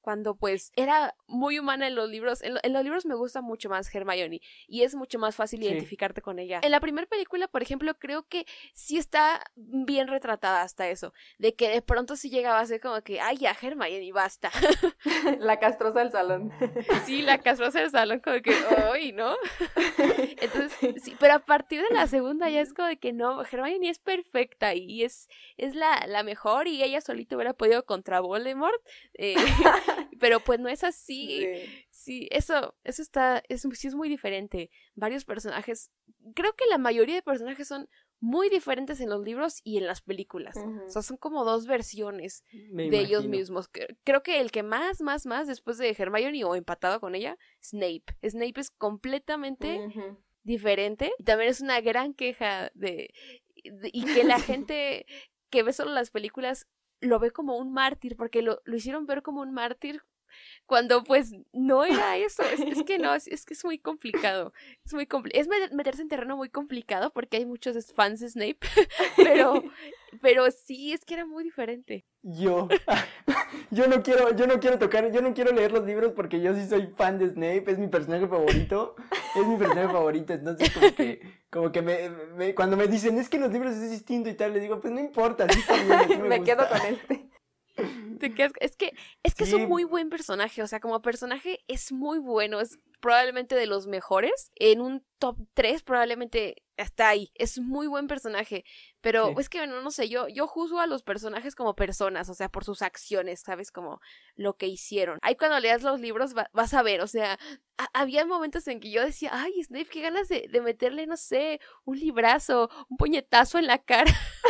cuando pues era muy humana en los libros. En los libros me gusta mucho más Hermione y es mucho más fácil identificarte con ella. En la primera película, por ejemplo, creo que sí está bien retratada hasta eso, de que de pronto sí llegaba a ser como que, ay, ya, Hermione, basta.
La castrosa del salón.
Sí, la castrosa del salón, como que, ¡ay, no! Entonces, sí, pero a partir de la segunda ya es como de que no, Hermione es perfecta y es la mejor y ella solita hubiera podido contra Voldemort, pero pues no es así. Sí, eso sí es muy diferente. Varios personajes, creo que la mayoría de personajes son muy diferentes en los libros y en las películas. O sea, son como dos versiones de ellos mismos. Creo que el que más después de Hermione o empatado con ella, Snape. Snape es completamente diferente y también es una gran queja y que la gente que ve solo las películas lo ve como un mártir, porque lo hicieron ver como un mártir cuando pues no era eso. Es que no, es que es muy complicado. Es meterse en terreno muy complicado porque hay muchos fans de Snape, pero sí, es que era muy diferente.
Yo no quiero leer los libros porque yo sí soy fan de Snape, es mi personaje favorito, entonces como que cuando me dicen, es que en los libros es distinto y tal, les digo, pues no importa, sí está bien, así me gusta.
Quedo con este.
Es que sí. Es un muy buen personaje, o sea, como personaje es muy bueno, es probablemente de los mejores, en un top 3 probablemente está ahí, es muy buen personaje, pero es que bueno, no sé, yo juzgo a los personajes como personas, o sea, por sus acciones, ¿sabes? Como lo que hicieron. Ahí cuando leas los libros vas a ver, o sea, había momentos en que yo decía, ay, Snape, qué ganas de meterle, no sé, un librazo, un puñetazo en la cara.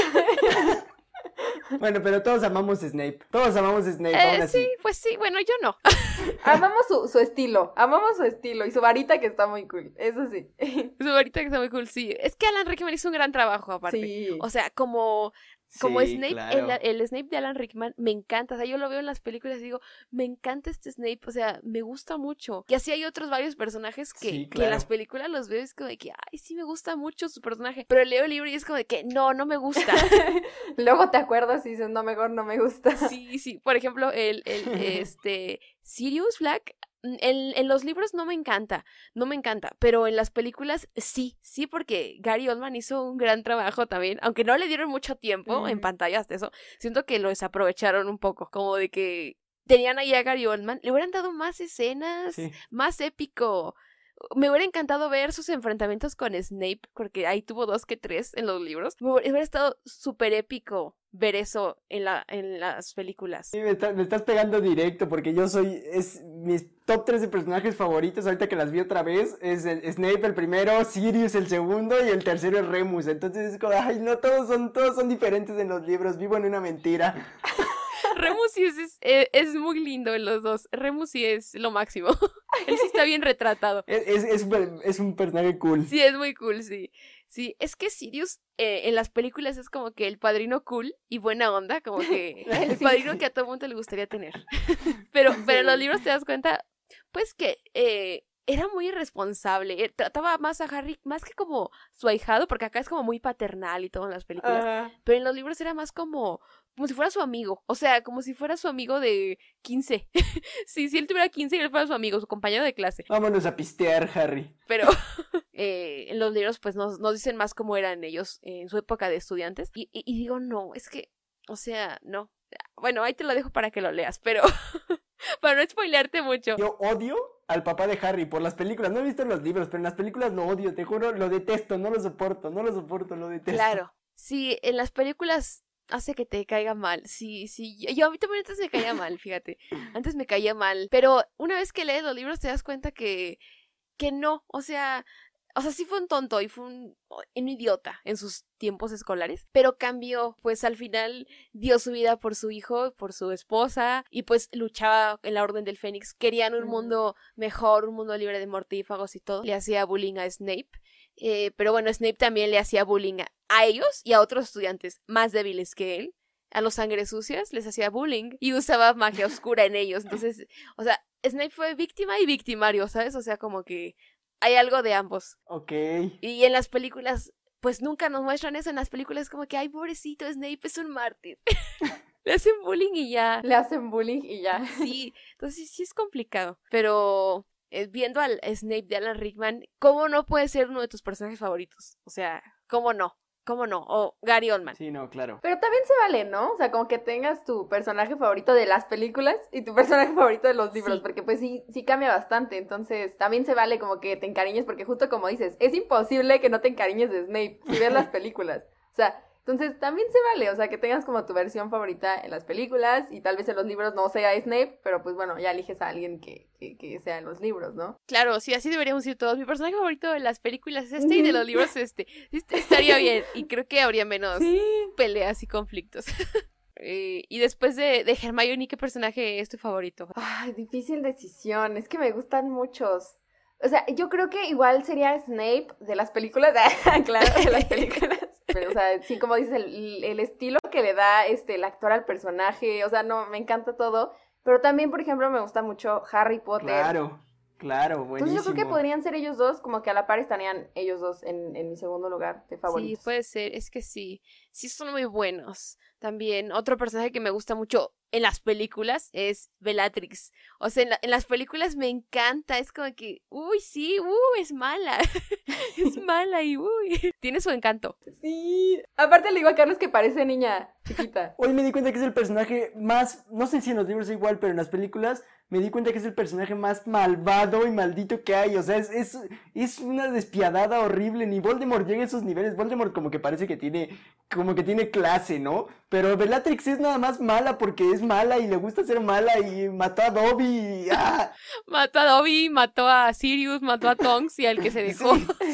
Bueno, pero todos amamos Snape, aún así.
Sí, pues sí, bueno, yo no.
Amamos su estilo y su varita que está muy cool, eso sí.
Su varita que está muy cool, sí. Es que Alan Rickman hizo un gran trabajo aparte. Sí. O sea, como Snape, claro. el Snape de Alan Rickman me encanta, o sea, yo lo veo en las películas y digo, me encanta este Snape, o sea, me gusta mucho. Y así hay otros varios personajes que en las películas los veo y es como de que, ay, sí me gusta mucho su personaje, pero leo el libro y es como de que, no me gusta.
Luego te acuerdas y dices, no, mejor no me gusta.
Sí, por ejemplo, Sirius Black, en los libros no me encanta, pero en las películas sí, porque Gary Oldman hizo un gran trabajo también, aunque no le dieron mucho tiempo en pantalla hasta eso, siento que lo desaprovecharon un poco, como de que tenían ahí a Gary Oldman, le hubieran dado más escenas, más épico. Me hubiera encantado ver sus enfrentamientos con Snape, porque ahí tuvo 2 que 3 en los libros. Me hubiera estado súper épico ver eso en las películas.
Sí, me estás pegando directo, porque es mis top 3 de personajes favoritos, ahorita que las vi otra vez, es Snape el primero, Sirius el segundo y el tercero es Remus. Entonces es como, ay, no, todos son diferentes en los libros, vivo en una mentira.
Remus sí es muy lindo en los dos. Remus sí es lo máximo. Él sí está bien retratado.
Es un personaje cool.
Sí, es muy cool, sí. Sí, es que Sirius en las películas es como que el padrino cool y buena onda, como que el padrino que a todo mundo le gustaría tener. Pero en los libros te das cuenta, pues que era muy irresponsable. Trataba más a Harry, más que como su ahijado, porque acá es como muy paternal y todo en las películas. Pero en los libros era más como si fuera su amigo. O sea, como si fuera su amigo de 15. Sí, si él tuviera 15 y él fuera su amigo, su compañero de clase.
Vámonos a pistear, Harry.
Pero en los libros pues nos dicen más cómo eran ellos en su época de estudiantes. Y digo, no, es que, o sea, no. Bueno, ahí te lo dejo para que lo leas, pero para no spoilearte mucho.
Yo odio al papá de Harry por las películas. No he visto los libros, pero en las películas lo odio, te juro, lo detesto, no lo soporto, lo detesto.
Claro, sí, en las películas hace que te caiga mal. Sí, yo a mí también antes me caía mal, fíjate. Antes me caía mal, pero una vez que lees los libros te das cuenta que no, o sea, sí fue un tonto y fue un idiota en sus tiempos escolares, pero cambió, pues al final dio su vida por su hijo, por su esposa, y pues luchaba en la Orden del Fénix. Querían un mundo mejor, un mundo libre de mortífagos y todo. Le hacía bullying a Snape, pero bueno, Snape también le hacía bullying a ellos y a otros estudiantes más débiles que él. A los sangres sucias les hacía bullying y usaba magia oscura en ellos. Entonces, o sea, Snape fue víctima y victimario, ¿sabes? O sea, como que hay algo de ambos.
Ok.
Y en las películas, pues nunca nos muestran eso. En las películas como que, ay, pobrecito, Snape es un mártir. Le hacen bullying y ya.
Le hacen bullying y ya.
Sí, entonces sí es complicado. Pero viendo al Snape de Alan Rickman, ¿cómo no puede ser uno de tus personajes favoritos? O sea, ¿cómo no? ¿Cómo no? O Gary Oldman.
Sí, no, claro.
Pero también se vale, ¿no? O sea, como que tengas tu personaje favorito de las películas y tu personaje favorito de los libros,
Sí.
porque pues sí cambia bastante, entonces también se vale como que te encariñes, porque justo como dices, es imposible que no te encariñes de Snape si ves las películas. O sea, entonces también se vale, o sea, que tengas como tu versión favorita en las películas y tal vez en los libros no sea Snape, pero pues bueno, ya eliges a alguien que sea en los libros, ¿no?
Claro, sí, así deberíamos ir todos. Mi personaje favorito de las películas es este y de los libros es este. Estaría bien y creo que habría menos peleas y conflictos. Y después de Hermione, ¿qué personaje es tu favorito?
Ay, difícil decisión, es que me gustan muchos. O sea, yo creo que igual sería Snape de las películas, claro, de las películas. Pero, o sea, sí, como dices, el estilo que le da el actor al personaje, o sea, no, me encanta todo. Pero también, por ejemplo, me gusta mucho Harry Potter.
Claro, buenísimo.
Entonces yo creo que podrían ser ellos dos, como que a la par estarían ellos dos en mi segundo lugar de favoritos.
Sí, puede ser, es que sí son muy buenos. También otro personaje que me gusta mucho en las películas es Bellatrix. O sea, en las películas me encanta, es como que, sí, es mala, es mala y tiene su encanto.
Sí, aparte le digo a Carlos que parece niña chiquita.
Hoy me di cuenta que es el personaje más, no sé si en los libros es igual, pero en las películas me di cuenta que es el personaje más malvado y maldito que hay. O sea, es una despiadada horrible. Ni Voldemort llega a esos niveles. Voldemort como que parece que tiene clase, ¿no? Pero Bellatrix es nada más mala porque es mala y le gusta ser mala y mató a Dobby. ¡Ah!
Mató a Dobby, mató a Sirius, mató a Tonks y al que se dejó.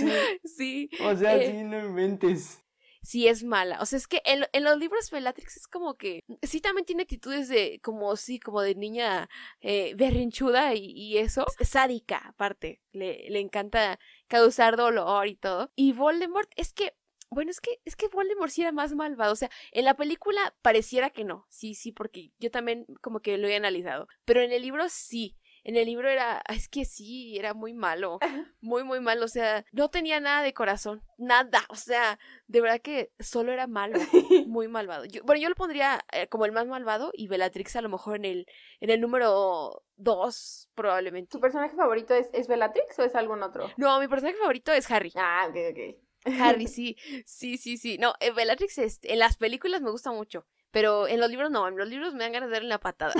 Sí.
O sea, sí, no inventes.
Sí es mala, o sea, es que en los libros Bellatrix es como que, sí también tiene actitudes de, como de niña berrinchuda y eso, es sádica aparte, le encanta causar dolor y todo, y Voldemort es que, bueno, es que Voldemort sí era más malvado, o sea, en la película pareciera que no, sí, porque yo también como que lo he analizado, pero en el libro sí. En el libro es que sí, era muy malo, muy, muy malo, o sea, no tenía nada de corazón, nada, o sea, de verdad que solo era malo, muy malvado. Yo lo pondría como el más malvado y Bellatrix a lo mejor en el número 2, probablemente.
¿Tu personaje favorito es Bellatrix o es algún otro?
No, mi personaje favorito es Harry.
Ah, ok.
Harry, sí. No, Bellatrix en las películas me gusta mucho, pero en los libros no, en los libros me dan ganas de darle una patada.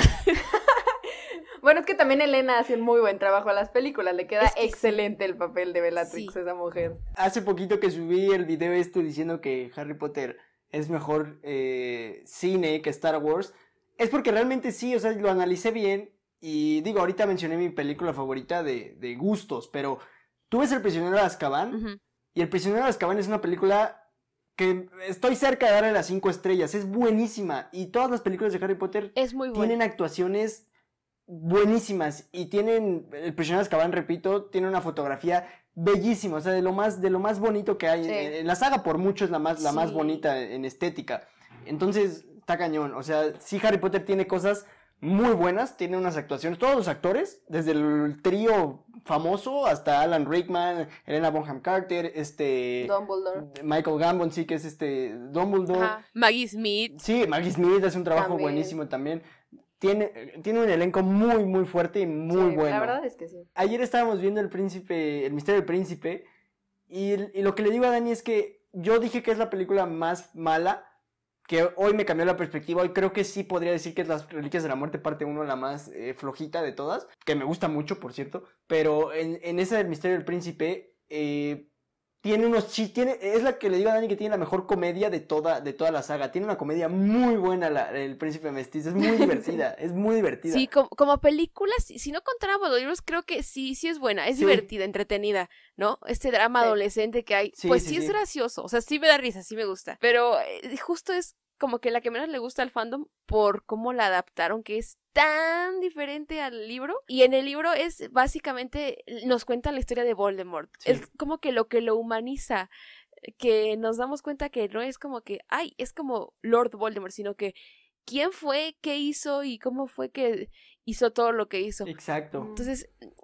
Bueno, es que también Elena hace un muy buen trabajo a las películas, le queda excelente el papel de Bellatrix, esa mujer.
Hace poquito que subí el video diciendo que Harry Potter es mejor cine que Star Wars, es porque realmente sí, o sea, lo analicé bien y digo, ahorita mencioné mi película favorita de gustos, pero tú ves El prisionero de Azkaban y El prisionero de Azkaban es una película que estoy cerca de darle las 5 estrellas, es buenísima y todas las películas de Harry Potter
es muy
tienen actuaciones buenísimas y tienen, El prisionero de Azkaban, repito, tiene una fotografía bellísima, o sea, de lo más bonito que hay, en la saga por mucho es la más bonita en estética, entonces está cañón, o sea, sí Harry Potter tiene cosas muy buenas, tiene unas actuaciones, todos los actores, desde el trío famoso hasta Alan Rickman, Helena Bonham Carter,
Dumbledore,
Michael Gambon, sí, que es Dumbledore.
Ajá. Maggie Smith.
Sí, Maggie Smith hace un trabajo buenísimo también. Tiene un elenco muy, muy fuerte y muy bueno.
La verdad es que sí.
Ayer estábamos viendo El misterio del príncipe, y lo que le digo a Dani es que yo dije que es la película más mala, que hoy me cambió la perspectiva. Hoy creo que sí podría decir que es Las Reliquias de la Muerte parte 1 la más flojita de todas, que me gusta mucho, por cierto, pero en esa del Misterio del Príncipe tiene unos chistes, es la que le digo a Dani que tiene la mejor comedia de toda la saga, tiene una comedia muy buena El Príncipe Mestizo, es muy divertida, es muy divertida.
Sí, como película, si no contáramos los libros, creo que sí es buena, es divertida, entretenida, ¿no? Este drama adolescente que hay, pues sí es gracioso, o sea, sí me da risa, sí me gusta, pero justo es como que la que menos le gusta al fandom por cómo la adaptaron, que es tan diferente al libro, y en el libro es básicamente, nos cuentan la historia de Voldemort, es como que lo humaniza, que nos damos cuenta que no es como que, es como Lord Voldemort, sino que quién fue, qué hizo y cómo fue que hizo todo lo que hizo.
Exacto.
Entonces,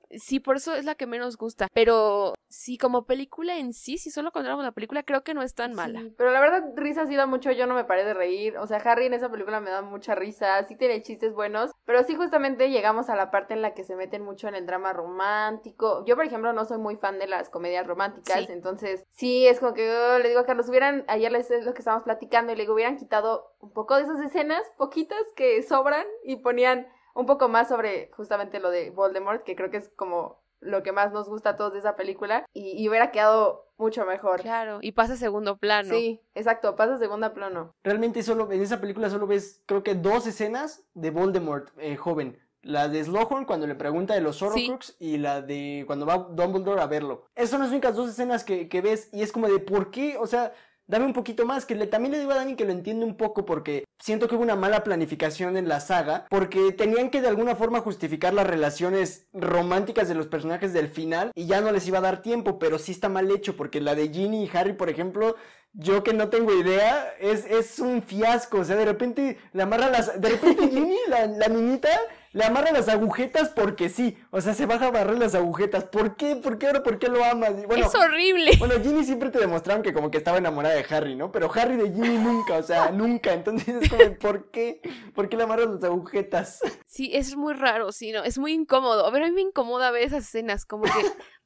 Sí, por eso es la que menos gusta. Pero sí, como película en sí, si solo contáramos la película, creo que no es tan mala.
Sí, pero la verdad, risa sí da mucho, yo no me paré de reír. O sea, Harry en esa película me da mucha risa, sí tiene chistes buenos, pero sí justamente llegamos a la parte en la que se meten mucho en el drama romántico. Yo, por ejemplo, no soy muy fan de las comedias románticas,
Sí.
entonces sí es como que le digo a Carlos, ayer les es lo que estábamos platicando, y le digo, hubieran quitado un poco de esas escenas, poquitas que sobran, y ponían un poco más sobre justamente lo de Voldemort, que creo que es como lo que más nos gusta a todos de esa película, y hubiera quedado mucho mejor.
Claro, y pasa a segundo plano.
Sí, exacto, pasa a segunda plano.
Realmente solo en esa película solo ves, creo que 2 escenas de Voldemort joven. La de Slughorn cuando le pregunta de los Horcrux y la de cuando va Dumbledore a verlo. Esas son las únicas 2 escenas que ves y es como de ¿por qué? O sea, dame un poquito más, también le digo a Dani que lo entiende un poco porque siento que hubo una mala planificación en la saga, porque tenían que de alguna forma justificar las relaciones románticas de los personajes del final y ya no les iba a dar tiempo, pero sí está mal hecho porque la de Ginny y Harry, por ejemplo, yo que no tengo idea, es un fiasco, o sea, de repente le amarra de repente Ginny, la niñita, le amarra las agujetas porque sí, o sea, se baja a barrer las agujetas, ¿por qué? ¿Por qué ahora? ¿Por qué lo amas? Y bueno,
es horrible.
Bueno, Ginny siempre te demostraron que como que estaba enamorada de Harry, ¿no? Pero Harry de Ginny nunca, o sea, nunca, entonces es como, ¿por qué? ¿Por qué le amarras las agujetas?
Sí, es muy raro, sí, no, es muy incómodo. A ver, a mí me incomoda ver esas escenas, como que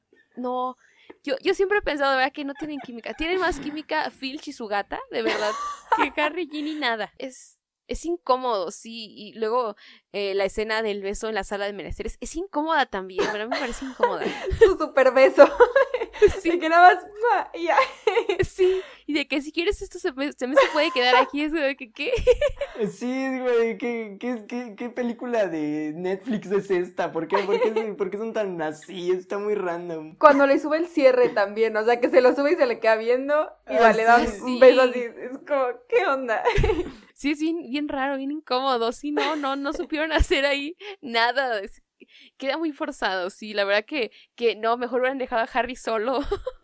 no. Yo siempre he pensado, de verdad, que no tienen química. Tienen más química Filch y su gata, de verdad, que Harry, Ginny, nada. Es incómodo, sí. Y luego la escena del beso en la sala de menesteres es incómoda también, pero a mí me parece incómoda.
Su super beso.
Sí.
De que nada más, y ya.
Sí, y de que si quieres esto se puede quedar aquí, es de que, ¿qué?
Sí, güey, ¿qué película de Netflix es esta? ¿Por qué son tan así? Está muy random.
Cuando le sube el cierre también, o sea, que se lo sube y se le queda viendo y le da
sí.
un beso así, es como, ¿qué onda?
Sí, es bien raro, bien incómodo, sí, no supieron hacer ahí nada, queda muy forzado, sí, la verdad que no, mejor hubieran dejado a Harry solo.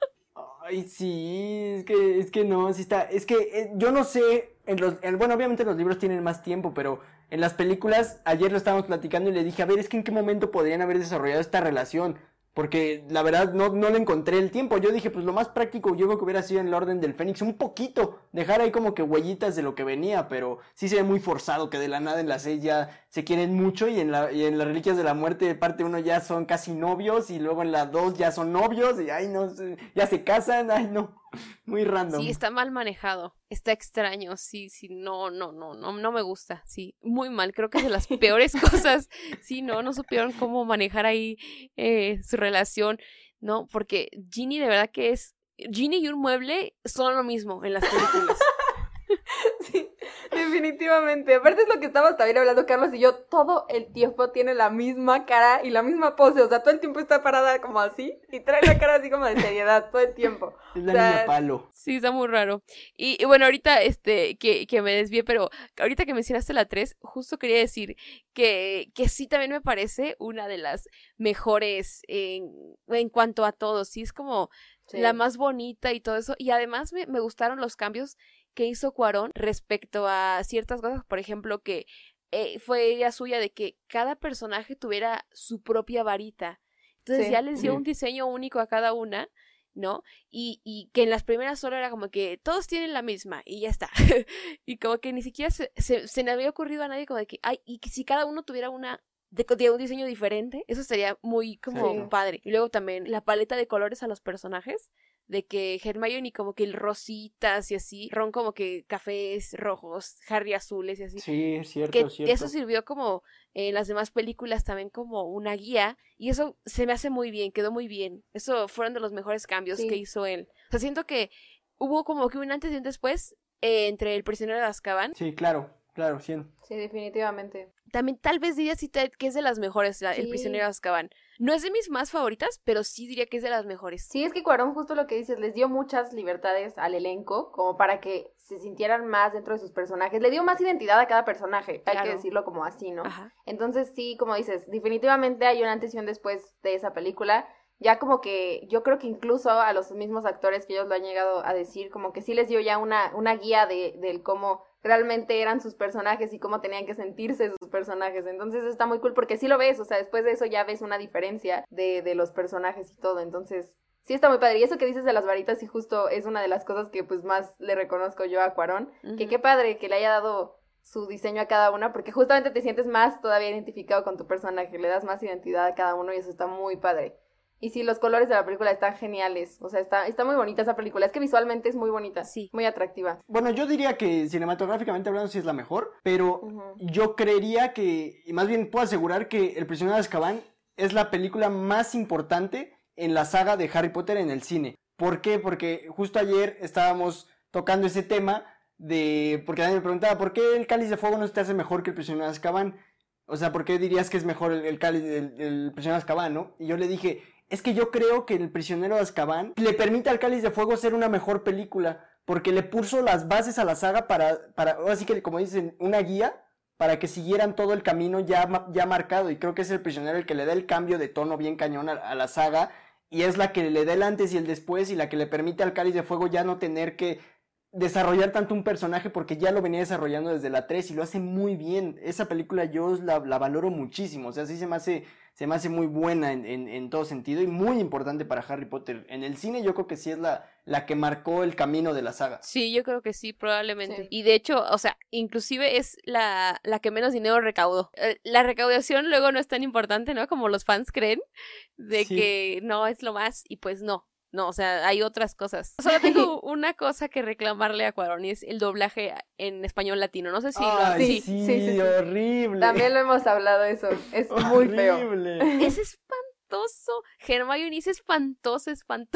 Ay, sí, es que no, sí está, es que yo no sé, bueno, obviamente los libros tienen más tiempo, pero en las películas, ayer lo estábamos platicando y le dije, a ver, es que en qué momento podrían haber desarrollado esta relación, porque la verdad no le encontré el tiempo. Yo dije, pues lo más práctico yo creo que hubiera sido en la Orden del Fénix, un poquito, dejar ahí como que huellitas de lo que venía, pero sí se ve muy forzado que de la nada en la 6 ya se quieren mucho y en las Reliquias de la Muerte parte 1 ya son casi novios y luego en la 2 ya son novios y ay no, ya se casan, ay no, muy random.
Sí, está mal manejado, está extraño, sí, no me gusta, sí, muy mal, creo que es de las peores cosas, sí, no supieron cómo manejar ahí su relación, no, porque Ginny de verdad que Ginny y un mueble son lo mismo en las películas.
Sí, definitivamente. Aparte es lo que estábamos también hablando Carlos y yo, todo el tiempo tiene la misma cara y la misma pose, o sea, todo el tiempo está parada como así y trae la cara así como de seriedad todo el tiempo.
Es la niña palo.
Sí, está muy raro. Y bueno, ahorita que me desvié, pero ahorita que mencionaste la 3, justo quería decir que sí también me parece una de las mejores en cuanto a todo, sí, es como la más bonita y todo eso, y además me gustaron los cambios que hizo Cuarón respecto a ciertas cosas, por ejemplo, que fue idea suya de que cada personaje tuviera su propia varita. Entonces ya les dio un diseño único a cada una, ¿no? Y que en las primeras solo era como que todos tienen la misma y ya está. Y como que ni siquiera se le había ocurrido a nadie como de que, ay, y que si cada uno tuviera de un diseño diferente, eso sería muy como padre. Y luego también la paleta de colores a los personajes, de que Hermione como que el rositas y así, Ron como que cafés rojos, Harry azules y así.
Sí, es cierto,
que
es cierto.
eso sirvió como en las demás películas también como una guía y eso se me hace muy bien, quedó muy bien. Eso fueron de los mejores cambios que hizo él. O sea, siento que hubo como que un antes y un después entre El prisionero de Azkaban.
Sí, claro, sí.
Sí, definitivamente.
También tal vez diría sí que es de las mejores, El prisionero de Azkaban. No es de mis más favoritas, pero sí diría que es de las mejores.
Sí, es que Cuarón, justo lo que dices, les dio muchas libertades al elenco, como para que se sintieran más dentro de sus personajes. Le dio más identidad a cada personaje, hay que decirlo como así, ¿no?
Ajá.
Entonces sí, como dices, definitivamente hay un antes y un después de esa película. Ya como que yo creo que incluso a los mismos actores que ellos lo han llegado a decir, como que sí les dio ya una guía del cómo realmente eran sus personajes y cómo tenían que sentirse sus personajes. Entonces está muy cool porque sí lo ves, o sea, después de eso ya ves una diferencia de los personajes y todo. Entonces sí está muy padre. Y eso que dices de las varitas, sí, justo es una de las cosas que pues más le reconozco yo a Cuarón. Que qué padre que le haya dado su diseño a cada una, porque justamente te sientes más todavía identificado con tu personaje, le das más identidad a cada uno y eso está muy padre. Y sí, los colores de la película están geniales, o sea, está muy bonita esa película, es que visualmente es muy bonita,
sí,
muy atractiva.
Bueno, yo diría que cinematográficamente hablando sí es la mejor, pero yo creería que, y más bien puedo asegurar que El prisionero de Azkaban es la película más importante en la saga de Harry Potter en el cine. ¿Por qué? Porque justo ayer estábamos tocando ese tema porque Dani me preguntaba, ¿por qué el Cáliz de Fuego no te hace mejor que el prisionero de Azkaban? O sea, ¿por qué dirías que es mejor el Cáliz del prisionero de Azkaban, no? Y yo le dije, es que yo creo que el prisionero de Azkaban le permite al Cáliz de Fuego ser una mejor película, porque le puso las bases a la saga para así que como dicen, una guía para que siguieran todo el camino ya marcado, y creo que es el prisionero el que le da el cambio de tono bien cañón a la saga, y es la que le da el antes y el después, y la que le permite al Cáliz de Fuego ya no tener que desarrollar tanto un personaje porque ya lo venía desarrollando desde la 3 y lo hace muy bien. Esa película yo la valoro muchísimo, o sea, sí se me hace muy buena en todo sentido y muy importante para Harry Potter. En el cine yo creo que sí es la que marcó el camino de la saga.
Sí, yo creo que sí, probablemente.
Sí.
Y de hecho, o sea, inclusive es la que menos dinero recaudó. La recaudación luego no es tan importante, ¿no? Como los fans creen, de
Sí.
que no es lo más, y pues no. No, o sea, hay otras cosas. Solo tengo una cosa que reclamarle a Cuarón y es el doblaje en español latino. No sé si
Ay,
Sí,
sí, horrible.
También lo hemos hablado eso, es muy feo.
Horrible.
Es espantoso. Hermione es espantoso.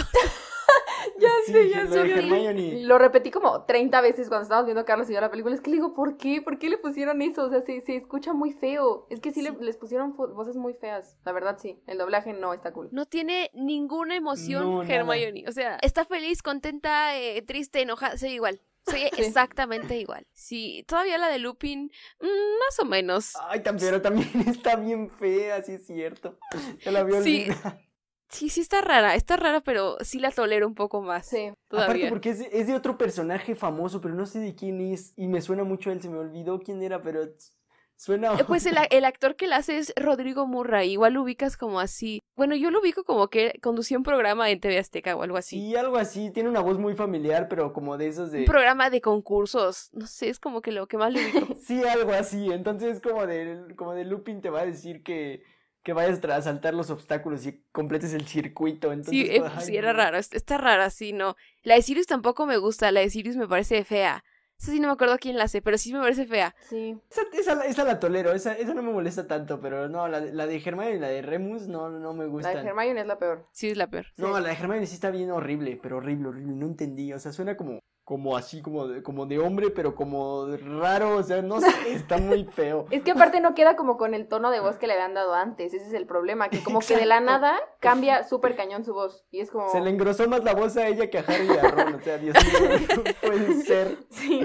Ya
Sí,
sé, ya
lo
sé.
de Hermione.
Lo repetí como 30 veces cuando estábamos viendo Carlos y yo la película. Es que le digo, ¿por qué? ¿Por qué le pusieron eso? O sea, se escucha muy feo. Es que sí, les pusieron voces muy feas. La verdad, sí. El doblaje no está cool.
No tiene ninguna emoción
No, nada.
Hermione. O sea, está feliz, contenta, triste, enojada. Soy igual. Soy exactamente igual. Sí, todavía la de Lupin, más o menos.
Ay, pero también está bien fea, sí es cierto. Ya la vio
Sí.
olvidar.
Sí, está rara, pero sí la tolero un poco más.
Sí.
Todavía.
Aparte porque es de otro personaje famoso, pero no sé de quién es. Y me suena mucho a él, se me olvidó quién era, pero suena...
Pues el actor que la hace es Rodrigo Murray, igual lo ubicas como así. Bueno, yo lo ubico como que conducía un programa en TV Azteca o algo así.
Sí, algo así, tiene una voz muy familiar, pero como de esos de...
Un programa de concursos, no sé, es como que lo que más le ubico.
Sí, algo así, entonces como de Lupin te va a decir que vayas a saltar los obstáculos y completes el circuito, entonces...
Sí,
ay,
sí, era
no.
raro, está rara, sí, no. La de Sirius tampoco me gusta, la de Sirius me parece fea. Esa sí no me acuerdo quién la hace, pero sí me parece fea.
Sí.
Esa la tolero, esa no me molesta tanto, pero no, la de Hermione y la de Remus no me
La
gustan.
de Hermione es la peor.
Sí, es la peor.
No, la de Hermione sí está bien horrible, pero horrible, no entendí, o sea, suena como así, como de hombre, pero como de raro, o sea, no sé, está muy feo.
Es que aparte no queda como con el tono de voz que le habían dado antes, ese es el problema, que como que de la
Exacto.
nada cambia súper cañón su voz, y es como...
Se le engrosó más la voz a ella que a Harry y a Ron, o sea, Dios mío, no puede ser.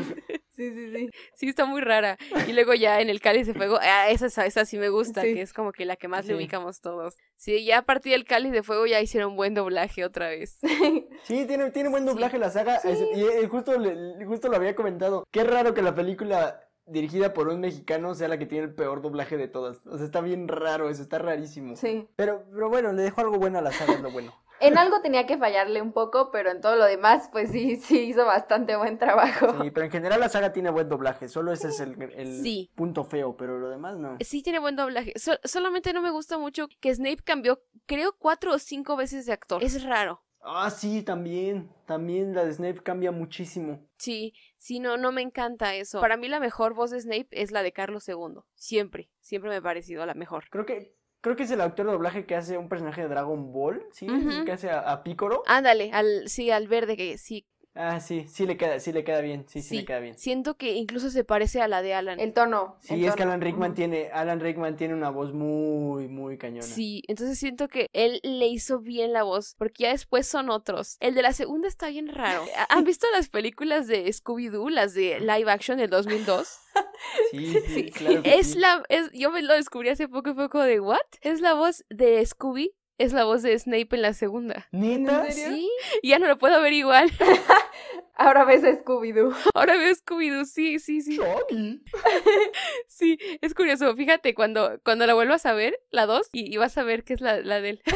Sí.
Sí, está muy rara. Y luego ya en el Cáliz de Fuego, esa sí me gusta,
Sí.
que es como que la que más le
Sí.
ubicamos todos. Sí, ya a partir del Cáliz de Fuego ya hicieron buen doblaje otra vez.
Sí, tiene buen doblaje la saga,
Sí.
y justo lo había comentado. Qué raro que la película dirigida por un mexicano sea la que tiene el peor doblaje de todas. O sea, está bien raro eso, está rarísimo.
Sí.
Pero bueno, le dejo algo bueno a la saga, es lo bueno.
En algo tenía que fallarle un poco, pero en todo lo demás, pues sí hizo bastante buen trabajo.
Sí, pero en general la saga tiene buen doblaje, solo ese es el
Sí.
punto feo, pero lo demás no.
Sí, tiene buen doblaje. Solamente no me gusta mucho que Snape cambió, creo, 4 o 5 veces de actor. Es raro.
Ah, sí, también la de Snape cambia muchísimo.
Sí, no me encanta eso. Para mí la mejor voz de Snape es la de Carlos II. Siempre me ha parecido la mejor.
Creo que es el actor de doblaje que hace un personaje de Dragon Ball, ¿sí?
Ujú.
Que hace a Pícoro.
Ándale, al verde que sí.
Ah, sí le queda bien, sí le queda bien.
Siento que incluso se parece a la de Alan.
El tono.
Sí,
el
es que
tono.
Alan Rickman tiene una voz muy, muy cañona.
Sí, entonces siento que él le hizo bien la voz, porque ya después son otros. El de la segunda está bien raro. ¿Han visto las películas de Scooby-Doo, las de live action del 2002?
Sí, claro que sí.
Yo me lo descubrí hace poco de ¿what? Es la voz de Scooby, es la voz de Snape en la segunda.
¿Neta?
¿En serio?
Sí, y ya no lo puedo ver igual.
Ahora ves a Scooby-Doo.
Ahora veo Scooby-Doo, sí.
Shaggy.
Sí, es curioso. Fíjate, cuando la vuelvas a ver, la 2, y vas a ver que es la de él.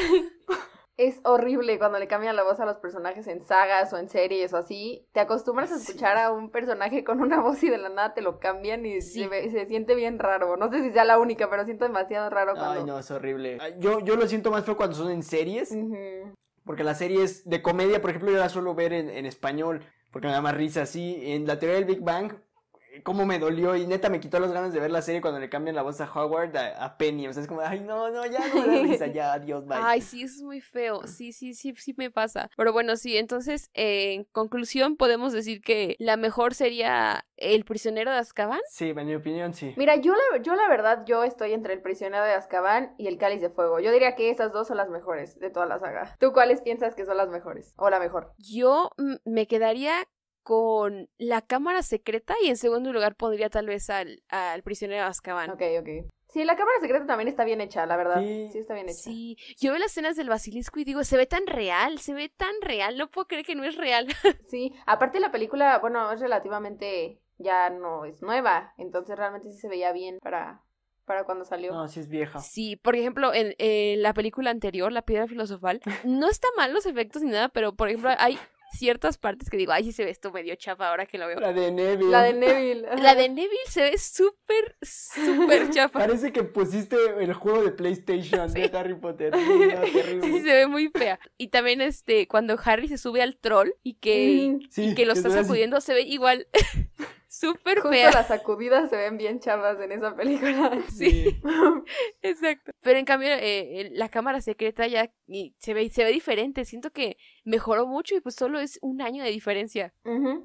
Es horrible cuando le cambian la voz a los personajes en sagas o en series o así. Te acostumbras a escuchar a un personaje con una voz y de la nada te lo cambian y
Sí.
se siente bien raro. No sé si sea la única, pero siento demasiado raro cuando...
Ay, no, es horrible. Yo lo siento más feo cuando son en series,
Ujú.
porque las series de comedia, por ejemplo, yo las suelo ver en español, porque me da más risa, sí. En la teoría del Big Bang, cómo me dolió y neta me quitó las ganas de ver la serie cuando le cambian la voz a Howard a Penny. O sea, es como, ay, no, ya no me da risa, ya, adiós, bye.
Ay, sí, es muy feo. Sí me pasa. Pero bueno, sí, entonces, en conclusión, podemos decir que la mejor sería El prisionero de Azkaban.
Sí, en mi opinión, sí.
Mira, yo la verdad, yo estoy entre El prisionero de Azkaban y El cáliz de fuego. Yo diría que esas dos son las mejores de toda la saga. ¿Tú cuáles piensas que son las mejores? O la mejor.
Yo me quedaría con La cámara secreta y en segundo lugar pondría tal vez al prisionero de Azkaban.
Ok. Sí, la cámara secreta también está bien hecha, la verdad.
Sí.
Sí está bien hecha.
Sí, yo veo las escenas del basilisco y digo, se ve tan real, no puedo creer que no es real.
Sí, aparte la película, bueno, es relativamente, ya no es nueva, entonces realmente sí se veía bien para cuando salió.
No, sí es vieja.
Sí, por ejemplo, en la película anterior, La piedra filosofal, no está mal los efectos ni nada, pero por ejemplo hay ciertas partes que digo, ay, sí se ve esto medio chafa ahora que lo veo.
La de Neville.
La de Neville.
La de Neville se ve súper chafa.
Parece que pusiste el juego de PlayStation
Sí.
de Harry Potter. Sí, no, terrible.
Sí, se ve muy fea. Y también cuando Harry se sube al troll y que,
Sí,
y que lo
que
está
se ve así.
sacudiendo, se ve igual súper
Justo
fea.
las sacudidas se ven bien chavas en esa película.
Sí, exacto. Pero en cambio, la cámara secreta ya se ve diferente. Siento que mejoró mucho y pues solo es un año de diferencia.
Ujú.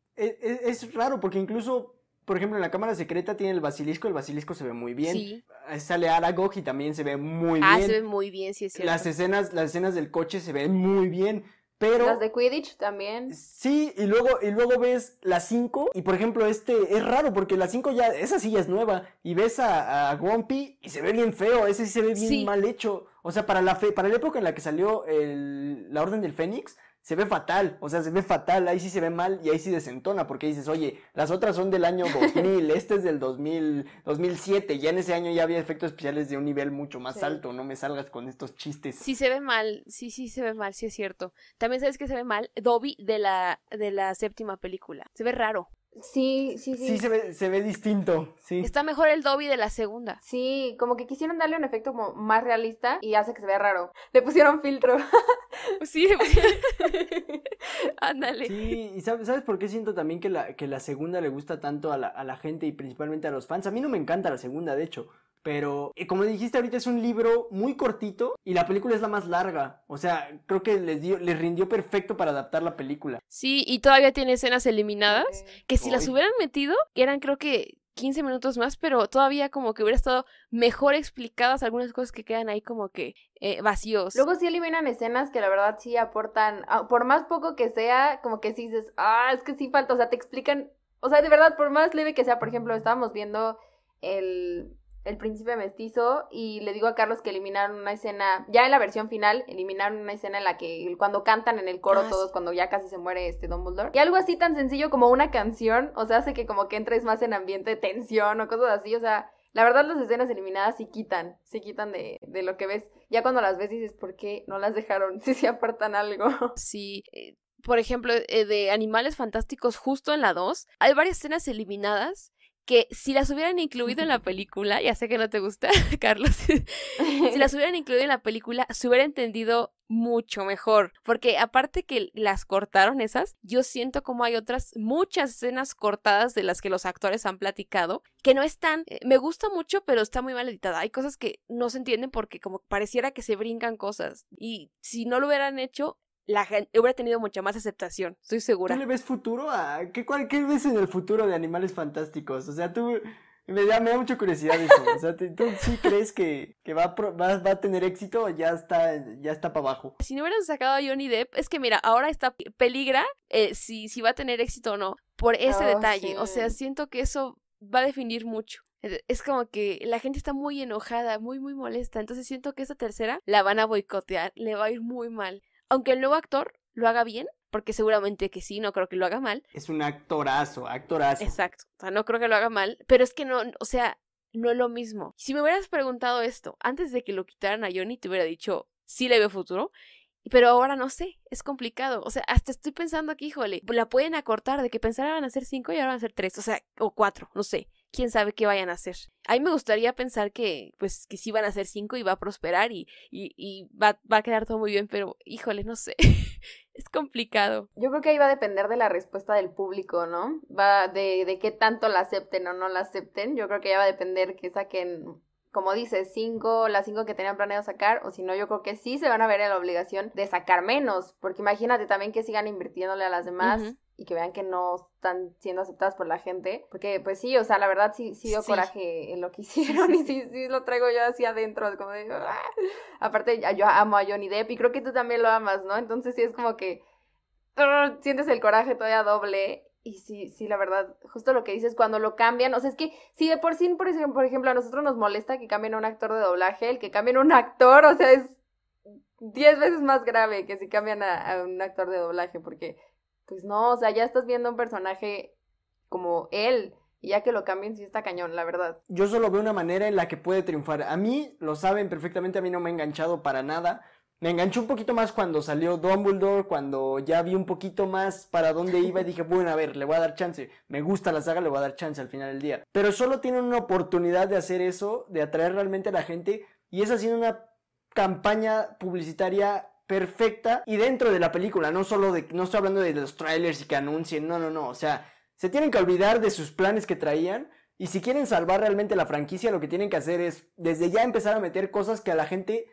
Es raro porque incluso, por ejemplo, en la cámara secreta tiene el basilisco se ve muy bien.
Sí.
Sale Aragog y también se ve muy
Ah,
bien.
se ve muy bien, sí es cierto.
Las escenas del coche se ven muy bien, pero
Las de Quidditch también.
sí, y luego ves la 5 y por ejemplo es raro porque la 5 ya, esa sí ya es nueva y ves a Grumpy y se ve bien feo, ese sí se ve bien
Sí.
mal hecho, o sea, para la época en la que salió la Orden del Fénix, se ve fatal, o sea, se ve fatal, ahí sí se ve mal y ahí sí desentona porque dices, oye, las otras son del año 2000, este es del 2007, ya en ese año ya había efectos especiales de un nivel mucho más
Sí.
alto, no me salgas con estos chistes.
Sí se ve mal, sí se ve mal, sí es cierto. También sabes que se ve mal Dobby de la séptima película. Se ve raro.
Sí.
Sí, se ve distinto, sí.
Está mejor el Dobby de la segunda.
Sí, como que quisieron darle un efecto como más realista y hace que se vea raro. Le pusieron filtro.
Sí, ándale.
Sí, y ¿sabes por qué siento también que la segunda le gusta tanto a la gente y principalmente a los fans? A mí no me encanta la segunda, de hecho, pero como dijiste ahorita es un libro muy cortito y la película es la más larga, o sea, creo que les rindió perfecto para adaptar la película.
Sí, y todavía tiene escenas eliminadas
Ok.
que si las
Uy.
hubieran metido, eran creo que 15 minutos más, pero todavía como que hubiera estado mejor explicadas algunas cosas que quedan ahí como que vacíos.
Luego sí eliminan escenas que la verdad sí aportan, por más poco que sea, como que sí dices, es que sí falta, o sea, te explican, o sea, de verdad, por más leve que sea, por ejemplo, estábamos viendo el príncipe mestizo y le digo a Carlos que eliminaron una escena, ya en la versión final, eliminaron una escena en la que cuando cantan en el coro
Ah,
todos,
sí.
cuando ya casi se muere Dumbledore. Y algo así tan sencillo como una canción, o sea, hace que como que entres más en ambiente de tensión o cosas así, o sea, la verdad las escenas eliminadas sí quitan de lo que ves. Ya cuando las ves dices, ¿por qué no las dejaron? Si se apartan algo.
Sí, por ejemplo, de Animales Fantásticos justo en la 2, hay varias escenas eliminadas que si las hubieran incluido en la película, ya sé que no te gusta, Carlos, si las hubieran incluido en la película, se hubiera entendido mucho mejor, porque aparte que las cortaron esas, yo siento como hay otras muchas escenas cortadas de las que los actores han platicado, que no están, me gusta mucho, pero está muy mal editada, hay cosas que no se entienden porque como pareciera que se brincan cosas, y si no lo hubieran hecho, la gente hubiera tenido mucha más aceptación, estoy segura.
¿Tú le ves futuro qué ves en el futuro de Animales Fantásticos? O sea, me da mucha curiosidad eso. O sea, ¿tú sí crees que va a tener éxito o ya está para abajo?
Si no hubieran sacado a Johnny Depp, es que mira, ahora está peligra si va a tener éxito o no, por ese detalle.
Sí.
O sea, siento que eso va a definir mucho. Es como que la gente está muy enojada, muy, muy molesta. Entonces siento que esa tercera la van a boicotear, le va a ir muy mal. Aunque el nuevo actor lo haga bien, porque seguramente que sí, no creo que lo haga mal.
Es un actorazo, actorazo.
Exacto, o sea, no creo que lo haga mal, pero es que no, o sea, no es lo mismo. Si me hubieras preguntado esto antes de que lo quitaran a Johnny, te hubiera dicho, sí le veo futuro, pero ahora no sé, es complicado. O sea, hasta estoy pensando aquí, híjole, la pueden acortar de que pensaban hacer 5 y ahora van a hacer 3, o sea, o 4, no sé. Quién sabe qué vayan a hacer. A mí me gustaría pensar que, pues, que sí van a hacer 5 y va a prosperar y va a quedar todo muy bien, pero, híjole, no sé. Es complicado.
Yo creo que ahí va a depender de la respuesta del público, ¿no? Va de qué tanto la acepten o no la acepten. Yo creo que ya va a depender que saquen, como dices, las 5 que tenían planeado sacar, o si no, yo creo que sí se van a ver en la obligación de sacar menos, porque imagínate también que sigan invirtiéndole a las demás. Uh-huh. Y que vean que no están siendo aceptadas por la gente, porque pues sí, o sea, la verdad sí dio coraje en lo que hicieron, y sí lo traigo yo así adentro, como de, ¡ah! Aparte yo amo a Johnny Depp y creo que tú también lo amas, ¿no? Entonces sí es como que sientes el coraje todavía doble. Y sí, la verdad, justo lo que dices, cuando lo cambian, o sea, es que si de por sí, por ejemplo, a nosotros nos molesta que cambien a un actor de doblaje, el que cambien a un actor, o sea, es 10 veces más grave que si cambian a un actor de doblaje, porque pues no, o sea, ya estás viendo un personaje como él, y ya que lo cambien sí está cañón, la verdad.
Yo solo veo una manera en la que puede triunfar. A mí, lo saben perfectamente, a mí no me ha enganchado para nada. Me enganchó un poquito más cuando salió Dumbledore, cuando ya vi un poquito más para dónde iba y dije, bueno, a ver, le voy a dar chance. Me gusta la saga, le voy a dar chance al final del día. Pero solo tienen una oportunidad de hacer eso, de atraer realmente a la gente, y es haciendo una campaña publicitaria perfecta y dentro de la película, no estoy hablando de los trailers y que anuncien, no, o sea, se tienen que olvidar de sus planes que traían, y si quieren salvar realmente la franquicia, lo que tienen que hacer es desde ya empezar a meter cosas que a la gente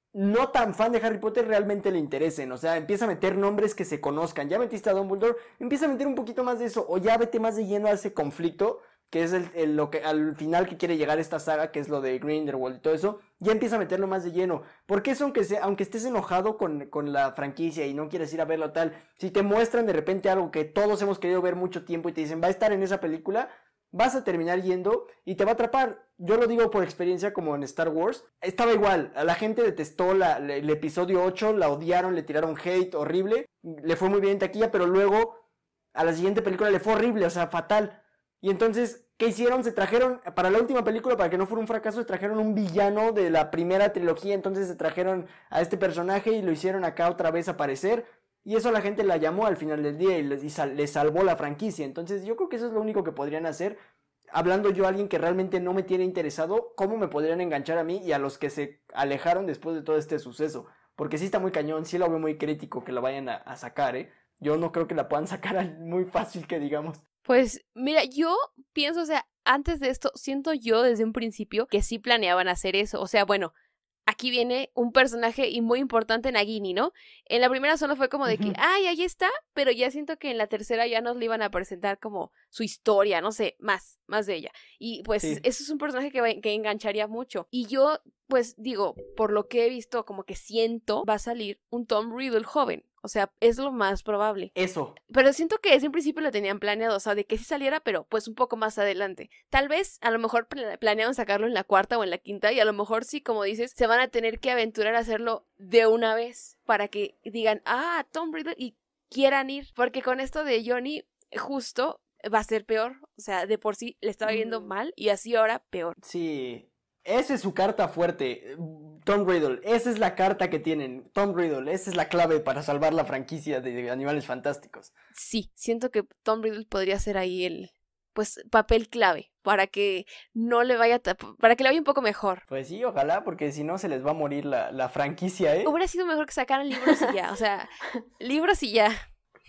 no tan fan de Harry Potter realmente le interesen. O sea, empieza a meter nombres que se conozcan. Ya metiste a Dumbledore, empieza a meter un poquito más de eso, o ya vete más de lleno a ese conflicto, que es lo que al final que quiere llegar esta saga, que es lo de Grindelwald y todo eso. Ya empieza a meterlo más de lleno, porque eso aunque estés enojado con la franquicia y no quieres ir a verlo tal, si te muestran de repente algo que todos hemos querido ver mucho tiempo y te dicen va a estar en esa película, vas a terminar yendo y te va a atrapar. Yo lo digo por experiencia, como en Star Wars, estaba igual, a la gente detestó el episodio 8, la odiaron, le tiraron hate horrible, le fue muy bien en taquilla, pero luego a la siguiente película le fue horrible, o sea, fatal. Y entonces, ¿qué hicieron? Se trajeron, para la última película, para que no fuera un fracaso, se trajeron un villano de la primera trilogía. Entonces se trajeron a este personaje y lo hicieron acá otra vez aparecer. Y eso la gente la llamó al final del día y le salvó la franquicia. Entonces yo creo que eso es lo único que podrían hacer. Hablando yo a alguien que realmente no me tiene interesado, ¿cómo me podrían enganchar a mí y a los que se alejaron después de todo este suceso? Porque sí está muy cañón, sí lo veo muy crítico que la vayan a sacar, ¿eh? Yo no creo que la puedan sacar muy fácil, que digamos.
Pues mira, yo pienso, o sea, antes de esto, siento yo desde un principio que sí planeaban hacer eso. O sea, bueno, aquí viene un personaje y muy importante, Nagini, ¿no? En la primera solo fue como de que, ay, ahí está, pero ya siento que en la tercera ya nos le iban a presentar como su historia, no sé, más de ella. Y pues sí, eso es un personaje que engancharía mucho. Y yo, pues digo, por lo que he visto, como que siento, va a salir un Tom Riddle joven. O sea, es lo más probable.
Eso.
Pero siento que desde un principio lo tenían planeado, o sea, de que sí saliera, pero pues un poco más adelante. Tal vez, a lo mejor planearon sacarlo en la cuarta o en la quinta, y a lo mejor sí, como dices, se van a tener que aventurar a hacerlo de una vez para que digan, ah, Tom Riddle, y quieran ir. Porque con esto de Johnny, justo va a ser peor. O sea, de por sí le estaba yendo mal, y así ahora peor.
Sí. Esa es su carta fuerte, Tom Riddle, esa es la carta que tienen, Tom Riddle, esa es la clave para salvar la franquicia de Animales Fantásticos.
Sí, siento que Tom Riddle podría ser ahí el, pues, papel clave para que no le vaya, para que le vaya un poco mejor.
Pues sí, ojalá, porque si no se les va a morir la franquicia, ¿eh?
Hubiera sido mejor que sacaran libros y ya, o sea, libros y ya.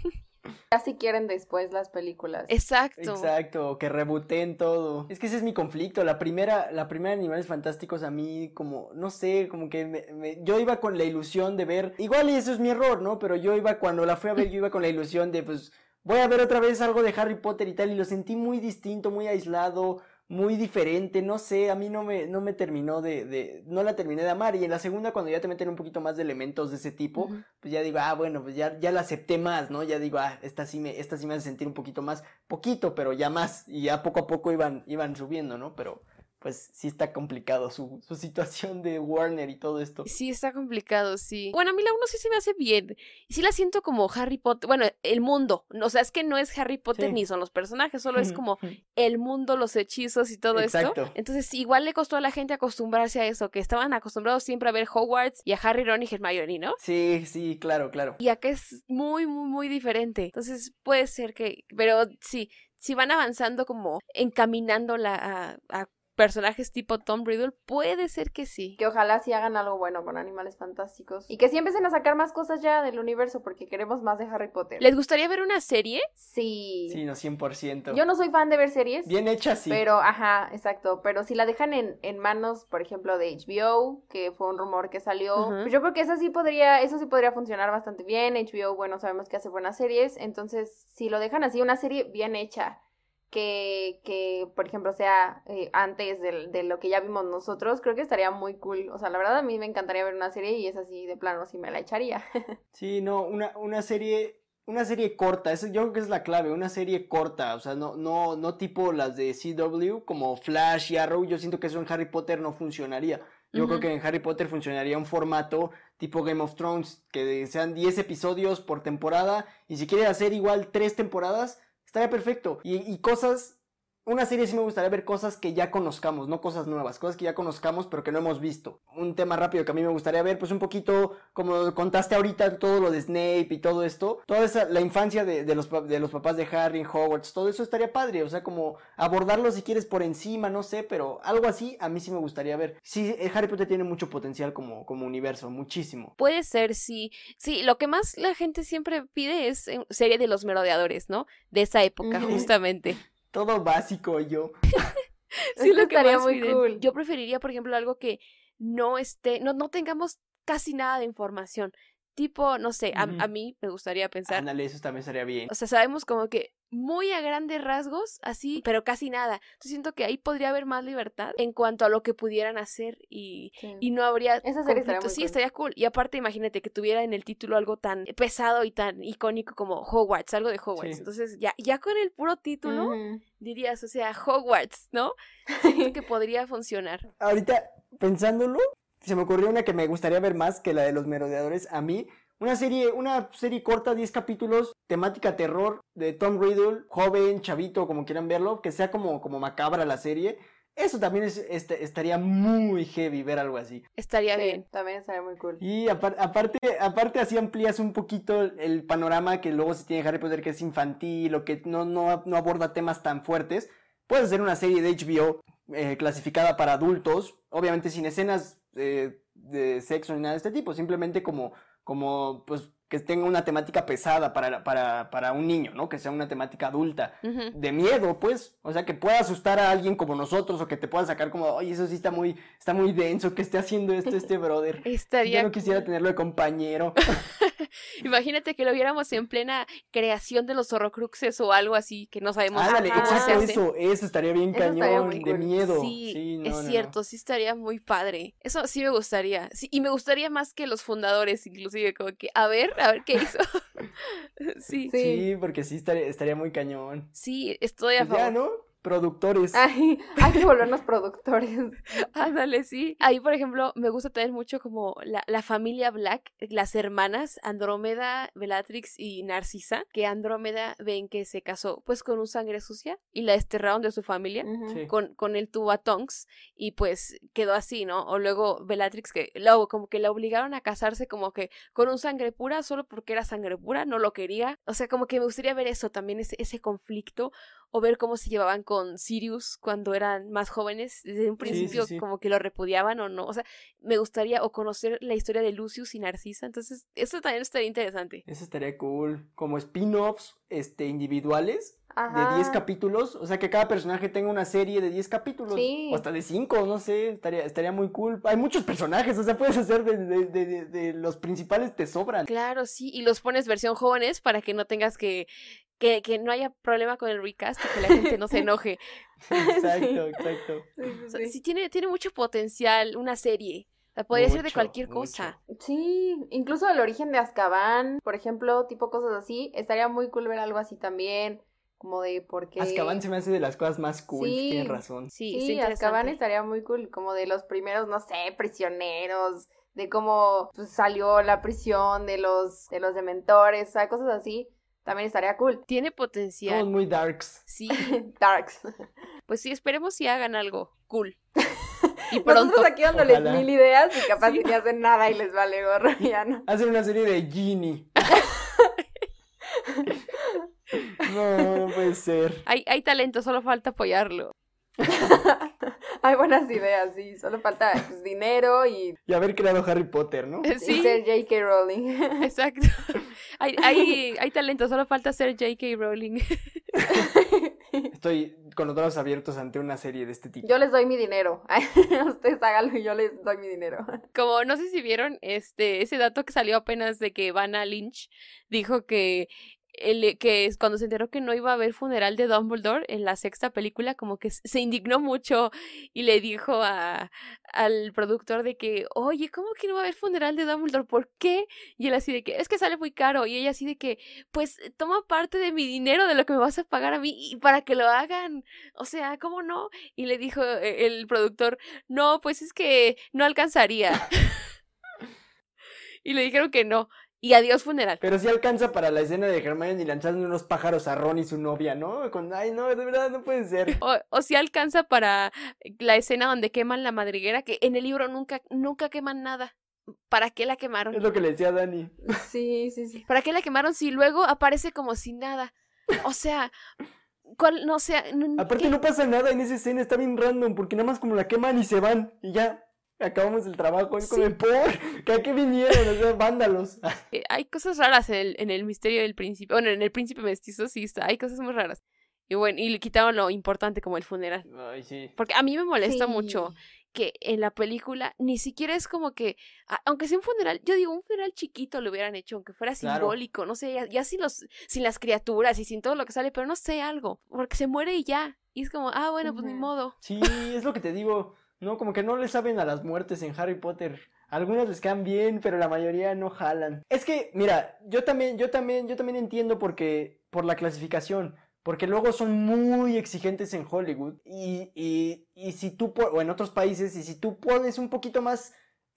Ya si quieren después las películas.
Exacto, que rebooten todo. Es que ese es mi conflicto. La primera Animales Fantásticos a mí como, no sé, como que yo iba con la ilusión de ver, igual y eso es mi error, ¿no? Pero cuando la fui a ver, yo iba con la ilusión de, pues, voy a ver otra vez algo de Harry Potter y tal, y lo sentí muy distinto, muy aislado, muy diferente, no sé, a mí no me terminó no la terminé de amar. Y en la segunda, cuando ya te meten un poquito más de elementos de ese tipo, pues ya digo, bueno, pues ya la acepté más, ¿no? Ya digo, esta sí me hace sentir un poquito más, poquito, pero ya más, y ya poco a poco iban subiendo, ¿no? Pero pues sí está complicado su situación de Warner y todo esto.
Sí, está complicado, sí. Bueno, a mí la 1 sí se me hace bien. Sí la siento como Harry Potter. Bueno, el mundo. O sea, es que no es Harry Potter
Sí.
ni son los personajes, solo es como el mundo, los hechizos y todo
Exacto.
esto. Entonces, igual le costó a la gente acostumbrarse a eso, que estaban acostumbrados siempre a ver Hogwarts y a Harry, Ron y Hermione, ¿no?
Sí, claro.
Y acá es muy, muy, muy diferente. Entonces, puede ser que... Pero sí, si van avanzando como encaminándola a personajes tipo Tom Riddle, puede ser que sí.
Que ojalá sí hagan algo bueno con Animales Fantásticos. Y que sí empiecen a sacar más cosas ya del universo, porque queremos más de Harry Potter.
¿Les gustaría ver una serie?
Sí.
Sí, no, 100%.
Yo no soy fan de ver series.
Bien hecha, sí.
Pero, ajá, exacto. Pero si la dejan en manos, por ejemplo, de HBO, que fue un rumor que salió, pues yo creo que eso sí podría funcionar bastante bien. HBO, bueno, sabemos que hace buenas series. Entonces, si lo dejan así, una serie bien hecha, que por ejemplo, sea antes de lo que ya vimos nosotros, creo que estaría muy cool. O sea, la verdad, a mí me encantaría ver una serie y es así de plano, sí me la echaría.
Sí, no, una serie corta, eso yo creo que es la clave, una serie corta, o sea, no tipo las de CW, como Flash y Arrow. Yo siento que eso en Harry Potter no funcionaría. Yo creo que en Harry Potter funcionaría un formato tipo Game of Thrones, que sean 10 episodios por temporada, y si quieres hacer igual 3 temporadas, estaría perfecto. Y cosas, una serie sí me gustaría ver cosas que ya conozcamos, no cosas nuevas, cosas que ya conozcamos pero que no hemos visto. Un tema rápido que a mí me gustaría ver, pues un poquito, como contaste ahorita, todo lo de Snape y todo esto, toda esa, la infancia de los papás de Harry en Hogwarts, todo eso estaría padre, o sea, como abordarlo si quieres por encima, no sé, pero algo así a mí sí me gustaría ver. Sí, Harry Potter tiene mucho potencial como universo, muchísimo.
Puede ser, sí. Sí, lo que más la gente siempre pide es serie de los merodeadores, ¿no? De esa época, justamente.
Todo básico yo.
Sí,
Esto
lo que
estaría
más
muy
piden.
cool.
Yo preferiría, por ejemplo, algo que no tengamos casi nada de información. Tipo, no sé, a mí me gustaría pensar.
Ándale, eso también estaría bien.
O sea, sabemos como que muy a grandes rasgos, así, pero casi nada. Entonces siento que ahí podría haber más libertad en cuanto a lo que pudieran hacer y no habría
Esa serie estaría
conflicto.
muy
Sí,
cool.
estaría cool. Y aparte, imagínate que tuviera en el título algo tan pesado y tan icónico como Hogwarts, algo de Hogwarts.
Sí.
Entonces, ya con el puro título, dirías, o sea, Hogwarts, ¿no? Siento que podría funcionar.
Ahorita, pensándolo, se me ocurrió una que me gustaría ver más que la de los merodeadores. A mí, una serie corta, 10 capítulos, temática terror, de Tom Riddle, joven, chavito, como quieran verlo, que sea como macabra la serie. Eso también estaría muy heavy ver algo así.
Estaría bien.
También estaría muy cool.
Y aparte así amplías un poquito el panorama que luego se tiene Harry Potter, que es infantil o que no aborda temas tan fuertes. Puedes hacer una serie de HBO clasificada para adultos, obviamente sin escenas de sexo ni nada de este tipo, simplemente como pues que tenga una temática pesada para un niño, ¿no? Que sea una temática adulta, de miedo, pues, o sea, que pueda asustar a alguien como nosotros, o que te pueda sacar como, oye, eso sí está muy denso, que esté haciendo esto este brother. Yo no quisiera tenerlo de compañero.
Imagínate que lo viéramos en plena creación de los Horrocruxes o algo así, que no sabemos
Ándale,
cómo se
exacto,
hace.
eso estaría bien
Eso
cañón,
estaría muy
de
cool.
miedo.
Sí,
No,
es cierto, sí estaría muy padre. Eso sí me gustaría. Sí, y me gustaría más que los fundadores, inclusive, como que, a ver qué hizo. Sí.
Sí, porque sí estaría muy cañón.
Sí, estoy a
Pues ya,
favor.
¿no? Productores.
Ay, hay que volvernos productores.
Ándale, sí. Ahí, por ejemplo, me gusta también mucho como la familia Black, las hermanas Andrómeda, Bellatrix y Narcisa, que Andrómeda ven que se casó pues con un sangre sucia y la desterraron de su familia.
Sí.
Con el tuba Tonks y pues quedó así, ¿no? O luego Bellatrix que como que la obligaron a casarse como que con un sangre pura solo porque era sangre pura, no lo quería. O sea, como que me gustaría ver eso también, ese conflicto, o ver cómo se llevaban con Sirius cuando eran más jóvenes, desde un principio
sí.
como que lo repudiaban o no. O sea, me gustaría o conocer la historia de Lucius y Narcisa, entonces eso también estaría interesante.
Eso estaría cool. Como spin-offs individuales.
Ajá.
De 10 capítulos, o sea, que cada personaje tenga una serie de 10 capítulos,
Sí.
o hasta de 5, no sé, estaría muy cool. Hay muchos personajes, o sea, puedes hacer de los principales, te sobran.
Claro, sí, y los pones versión jóvenes para que no tengas que no haya problema con el recast y que la gente no se enoje.
Exacto.
O sea, sí tiene mucho potencial una serie. O sea, podría ser de cualquier cosa.
Sí, incluso el origen de Azkaban, por ejemplo, tipo cosas así. Estaría muy cool ver algo así también. como de por qué...
Azkaban se me hace de las cosas más cool,
Sí.
tienes razón.
Sí, está
Sí, Azkaban
interesante.
estaría muy cool, como de los primeros, no sé, prisioneros, de cómo pues, salió la prisión de los dementores, o sea, cosas así, también estaría cool.
Tiene
Somos
potencial.
muy darks.
Sí,
Darks.
pues sí, esperemos si hagan algo cool. Y pronto.
Nosotros aquí dándoles
Ojalá.
1000 ideas y capaz
Sí.
ni hacen nada y les vale gorro, ya no.
Hacen una serie de Genie. No puede ser.
Hay talento, solo falta apoyarlo.
Hay buenas ideas, sí, solo falta pues, dinero y
Y haber creado Harry Potter, ¿no?
Sí,
ser J.K. Rowling.
exacto. Hay talento, solo falta ser J.K. Rowling.
Estoy con los brazos abiertos ante una serie de este tipo.
Yo les doy mi dinero. Ustedes háganlo y yo les doy mi dinero.
Como no sé si vieron ese dato que salió apenas de que Vanna Lynch dijo que cuando se enteró que no iba a haber funeral de Dumbledore en la sexta película, como que se indignó mucho y le dijo al productor de que, oye, ¿cómo que no va a haber funeral de Dumbledore? ¿Por qué? Y él así de que, es que sale muy caro. Y ella así de que, pues toma parte de mi dinero, de lo que me vas a pagar a mí, y para que lo hagan. O sea, ¿cómo no? Y le dijo el productor, no, pues es que no alcanzaría. Y le dijeron que no. Y adiós funeral.
Pero sí alcanza para la escena de Hermione lanzando unos pájaros a Ron y su novia, ¿no? Ay, no, de verdad no puede ser.
O si alcanza para la escena donde queman la madriguera, que en el libro nunca queman nada. ¿Para qué la
Es
quemaron?
lo que le decía a Dani.
Sí, sí, sí.
¿Para qué la quemaron si luego aparece como sin nada? O sea, no sea.
Aparte no pasa nada en esa escena, está bien random, porque nada más como la queman y se van, y ya, acabamos el trabajo, es como
Sí.
de por, ¿que a qué vinieron? O sea, vándalos.
Hay cosas raras en el misterio del príncipe. Bueno, en el príncipe mestizo sí está, hay cosas muy raras. Y bueno, y le quitaron lo importante como el funeral.
Ay, sí.
Porque a mí me molesta
Sí.
mucho que en la película ni siquiera es como que, aunque sea un funeral, yo digo, un funeral chiquito lo hubieran hecho, aunque fuera
Claro.
simbólico, no sé, ya sin las criaturas y sin todo lo que sale, pero no sé, algo, porque se muere y ya. Y es como, bueno, pues ni
Ujú.
modo.
Sí, es lo que te digo, ¿no? Como que no le saben a las muertes en Harry Potter. Algunas les quedan bien, pero la mayoría no jalan. Es que, mira, yo también entiendo por la clasificación. Porque luego son muy exigentes en Hollywood. Y si tú, o en otros países, y si tú pones un poquito más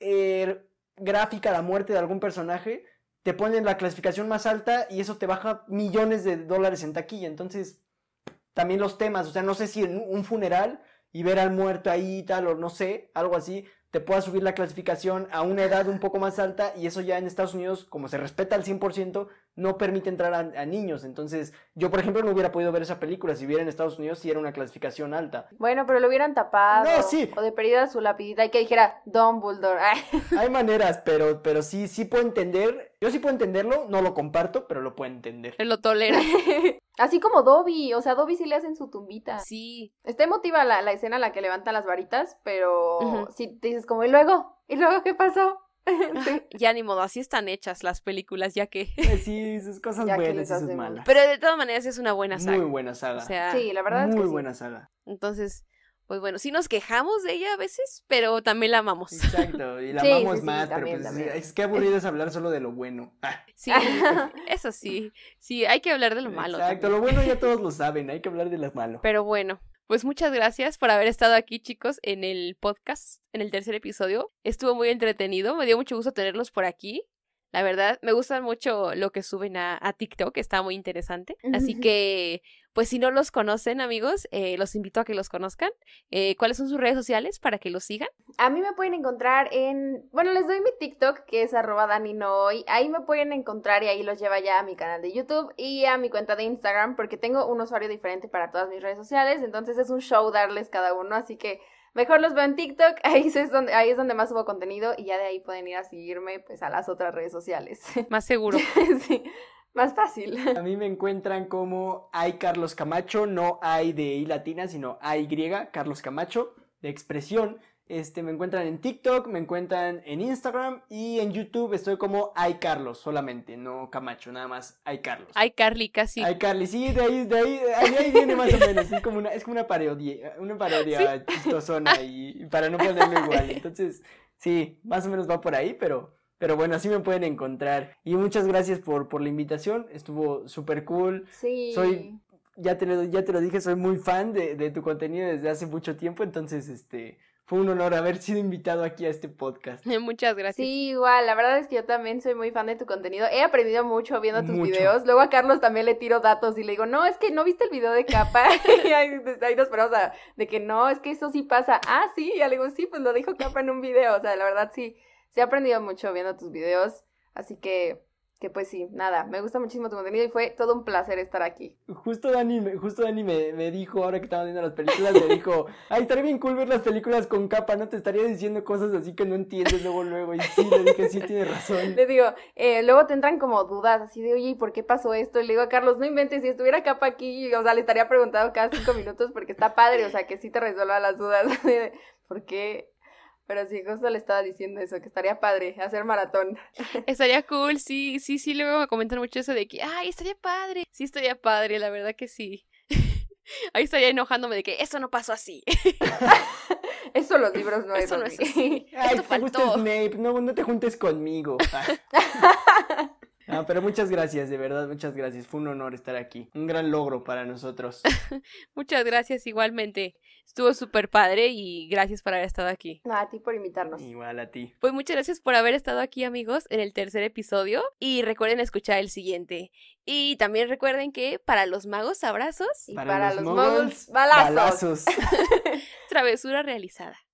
gráfica la muerte de algún personaje, te ponen la clasificación más alta y eso te baja millones de dólares en taquilla. Entonces, también los temas, o sea, no sé si en un funeral y ver al muerto ahí y tal, o no sé, algo así, te pueda subir la clasificación a una edad un poco más alta, y eso ya en Estados Unidos, como se respeta al 100%, no permite entrar a niños. Entonces, yo por ejemplo no hubiera podido ver esa película si hubiera en Estados Unidos, si era una clasificación alta.
Bueno, pero lo hubieran tapado.
No, sí.
O de perdida su lapidita y que dijera Dumbledore.
Hay maneras, pero sí puedo entender, yo sí puedo entenderlo, no lo comparto, pero lo puedo entender.
Él lo tolera.
Así como Dobby, o sea, Dobby sí le hacen su tumbita.
Sí.
Está emotiva la escena en la que levantan las varitas, pero
Ujú.
sí te dices como, ¿y luego qué pasó? Sí.
Ya ni modo, así están hechas las películas, ya que.
Sí, sus cosas
Ya que
buenas
les
y sus
hacemos.
malas.
Pero de todas maneras es una buena saga.
Muy buena saga.
O sea,
Sí, la verdad es
muy
que sí.
buena saga.
entonces, pues bueno, sí nos quejamos de ella a veces, pero también la amamos.
Exacto, y la
Sí,
amamos
sí, sí,
más,
también,
pero pues
también.
es que aburrido es hablar solo de lo bueno.
Sí, eso sí. Sí, hay que hablar de lo malo.
Exacto,
también.
lo bueno ya todos lo saben, hay que hablar de lo malo.
Pero bueno, pues muchas gracias por haber estado aquí, chicos, en el podcast, en el tercer episodio. Estuvo muy entretenido, me dio mucho gusto tenerlos por aquí. La verdad, me gusta mucho lo que suben a TikTok, está muy interesante. Así que, pues si no los conocen, amigos, los invito a que los conozcan. ¿Cuáles son sus redes sociales para que los sigan?
A mí me pueden encontrar bueno, les doy mi TikTok, que es @DaniNoy. Ahí me pueden encontrar y ahí los lleva ya a mi canal de YouTube y a mi cuenta de Instagram, porque tengo un usuario diferente para todas mis redes sociales, entonces es un show darles cada uno, así que mejor los veo en TikTok, ahí es donde más subo contenido y ya de ahí pueden ir a seguirme pues a las otras redes sociales.
Más seguro.
Sí, más fácil.
A mí me encuentran como Carlos Camacho, no hay de I latina, sino Carlos Camacho, de expresión. Me encuentran en TikTok, me encuentran en Instagram y en YouTube estoy como Carlos solamente, no Camacho, nada más Carlos.
Ay, Carly, casi.
Carly, sí, de ahí viene más o menos, es como una parodia chistosona y para no ponerlo igual. Entonces, sí, más o menos va por ahí, pero bueno, así me pueden encontrar. Y muchas gracias por la invitación, estuvo súper cool.
Sí.
Soy ya te lo dije, soy muy fan de tu contenido desde hace mucho tiempo, entonces, fue un honor haber sido invitado aquí a este podcast.
Muchas gracias.
Sí, igual, la verdad es que yo también soy muy fan de tu contenido. He aprendido mucho viendo tus
Mucho.
videos. Luego a Carlos también le tiro datos y le digo, no, es que no viste el video de Capa. Y ahí nos esperamos de que no, es que eso sí pasa. Ah, sí, y ya le digo, sí, pues lo dijo Capa en un video. O sea, la verdad sí he aprendido mucho viendo tus videos. Así que pues sí, nada, me gusta muchísimo tu contenido y fue todo un placer estar aquí.
Justo Dani me dijo, ahora que estaba viendo las películas, me dijo, ay, estaría bien cool ver las películas con Capa, no te estaría diciendo cosas así que no entiendes luego, y sí, le dije, sí, tienes razón.
Le digo, luego te entran como dudas, así de, oye, ¿y por qué pasó esto? Y le digo a Carlos, no inventes, si estuviera Capa aquí, o sea, le estaría preguntando cada 5 minutos porque está padre, o sea, que sí te resuelva las dudas. ¿Por qué? Pero sí, justo le estaba diciendo eso, que estaría padre hacer maratón.
Estaría cool, sí, luego me comentan mucho eso de que, ay, estaría padre. Sí, estaría padre, la verdad que sí. Ahí estaría enojándome de que eso no pasó así.
Eso los libros no
Eso no es así.
Ay,
Esto
te gusta
faltó.
Snape, no te juntes conmigo. Pero muchas gracias, de verdad, muchas gracias. Fue un honor estar aquí. Un gran logro para nosotros.
Muchas gracias igualmente. Estuvo súper padre y gracias por haber estado aquí.
No, a ti por invitarnos.
Igual a ti.
Pues muchas gracias por haber estado aquí, amigos, en el tercer episodio. Y recuerden escuchar el siguiente. Y también recuerden que para los magos, abrazos.
Y para los moguls, balazos.
Travesura realizada.